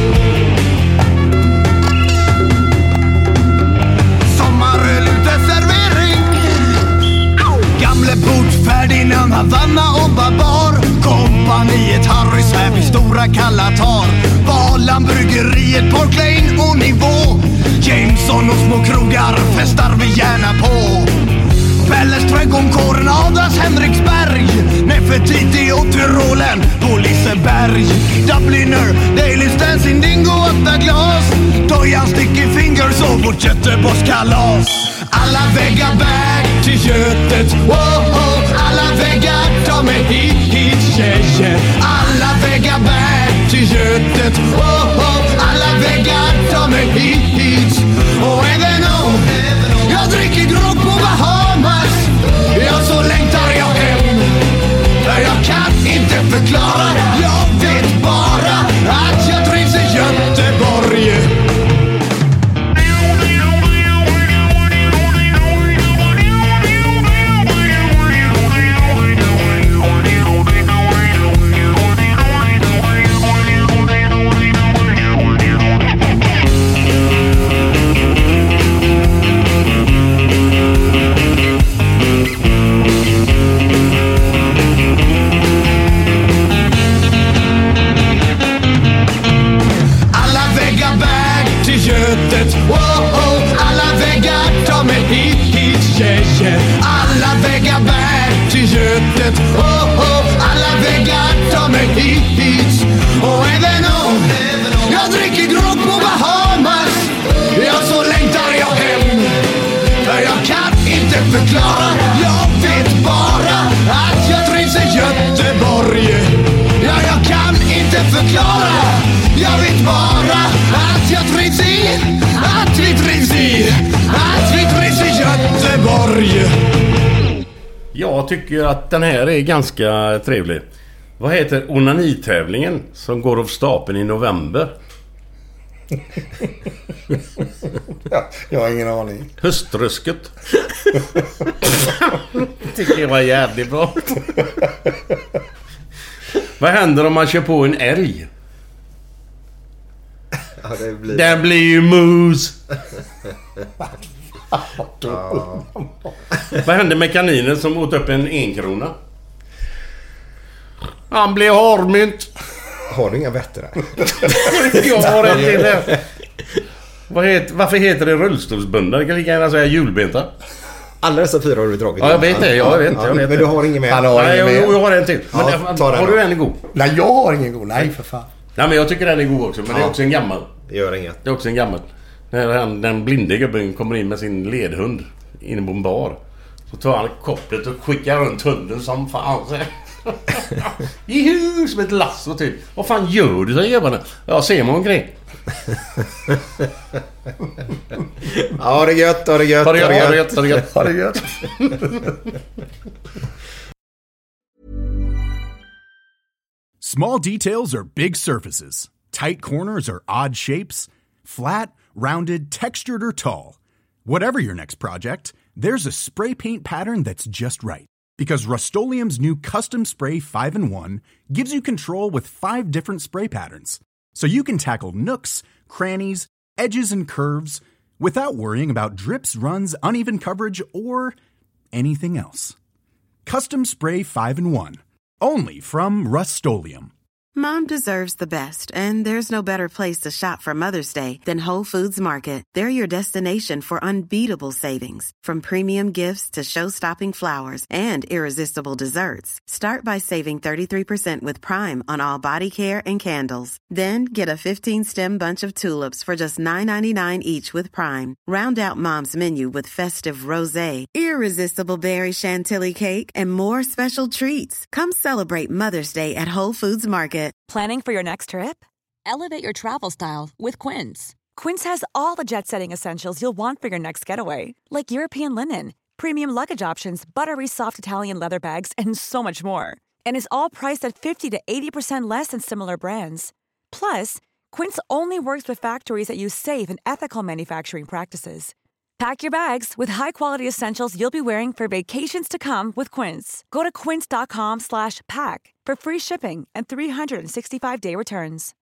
Sommaröl, uteservering, Gamlebort, Ferdinand, Havanna och Babar. Kompaniet Harrys här vid Stora Kalatar. Valan, bryggeriet, Park Lane och Nivå. Jameson och små krogar festar vi gärna på. Pelles, Trädgårdskåren, Adas, Henriksberg, Nefertiti och Tyrolen på Liseberg. Dubliner, Daily Dancing, Dingo, åtta glas, Dojan, Sticky Fingers och vårt Göteborgskalas. Alla vägar bär till Götet. Oh, oh. Alla vägar tar mig hit, hit tjejer. Alla vägar bär till Götet. Oh, oh. Alla vägar tar mig hit, hit. Och även om jag dricker grogg på Bahamas, ja, så längtar jag hem. Jag kan inte förklara, jag vet bara att jag trivs i Göteborg. Oh, oh. Alla vägar tar mig hit, hit tjejer. Alla vägar bär till Götet. Oh, oh. Alla vägar tar mig hit, hit. Och även om jag dricker grogg på Bahamas, ja, så längtar jag hem. Jag kan inte förklara, jag vet bara att jag trivs i Göteborg. Ja, jag kan inte förklara, jag vet bara att jag trivs i, att vi trivs i, att vi trivs i Göteborg. Jag tycker att den här är ganska trevlig. Vad heter onanitävlingen som går av stapeln i november? Ja, jag har ingen aning. Höstrusket. Tycker jag var jävligt bra. Vad händer om man kör på en älg? Ja, det blir... Den blir ju mus. Ja. Vad hände med kaninen som åt upp en enkrona? Han blev harmynt. Har du inga vetter där? Jag har en till där. Vad heter, varför heter det rullstolsbundna? Det kan lika gärna säga hjulbenta. Alla dessa fyra har du dragit. Ja, jag vet det. Jag vet, ja, jag vet men du har ingen mer. Han har Nej, ingen jag, mer. jag har en till. Men Ja, det, ta den har då. du en god? Nej, jag har ingen god. Nej, för fan. Nej, men jag tycker den är god också. Men det är också en gammal. Det gör inget. Det är också en gammal. När han, den blinde gubben kommer in med sin ledhund inne på en bar. Så tar han kopplet och skickar runt hunden som fan. I hus som ett lasso typ. Vad fan gör du, säger gubbarna? Ja, ser man omkring. Ja, det är gött, det är gött, Ha det det är gött, ha det gött, ha det gött. Ha det gött. Small details are big surfaces. Tight corners are odd shapes. Flat, rounded, textured, or tall. Whatever your next project, there's a spray paint pattern that's just right. Because Rust-Oleum's new Custom Spray five in one gives you control with five different spray patterns. So you can tackle nooks, crannies, edges, and curves without worrying about drips, runs, uneven coverage, or anything else. Custom Spray five in one. Only from Rust-Oleum. Mom deserves the best, and there's no better place to shop for Mother's Day than Whole Foods Market. They're your destination for unbeatable savings, from premium gifts to show-stopping flowers and irresistible desserts. Start by saving thirty-three percent with Prime on all body care and candles. Then get a fifteen-stem bunch of tulips for just nine ninety-nine each with Prime. Round out Mom's menu with festive rosé, irresistible berry chantilly cake, and more special treats. Come celebrate Mother's Day at Whole Foods Market. Planning for your next trip? Elevate your travel style with Quince. Quince has all the jet-setting essentials you'll want for your next getaway, like European linen, premium luggage options, buttery soft Italian leather bags, and so much more. And is all priced at fifty to eighty percent less than similar brands. Plus, Quince only works with factories that use safe and ethical manufacturing practices. Pack your bags with high-quality essentials you'll be wearing for vacations to come with Quince. Go to quince.com slash pack for free shipping and three sixty-five day returns.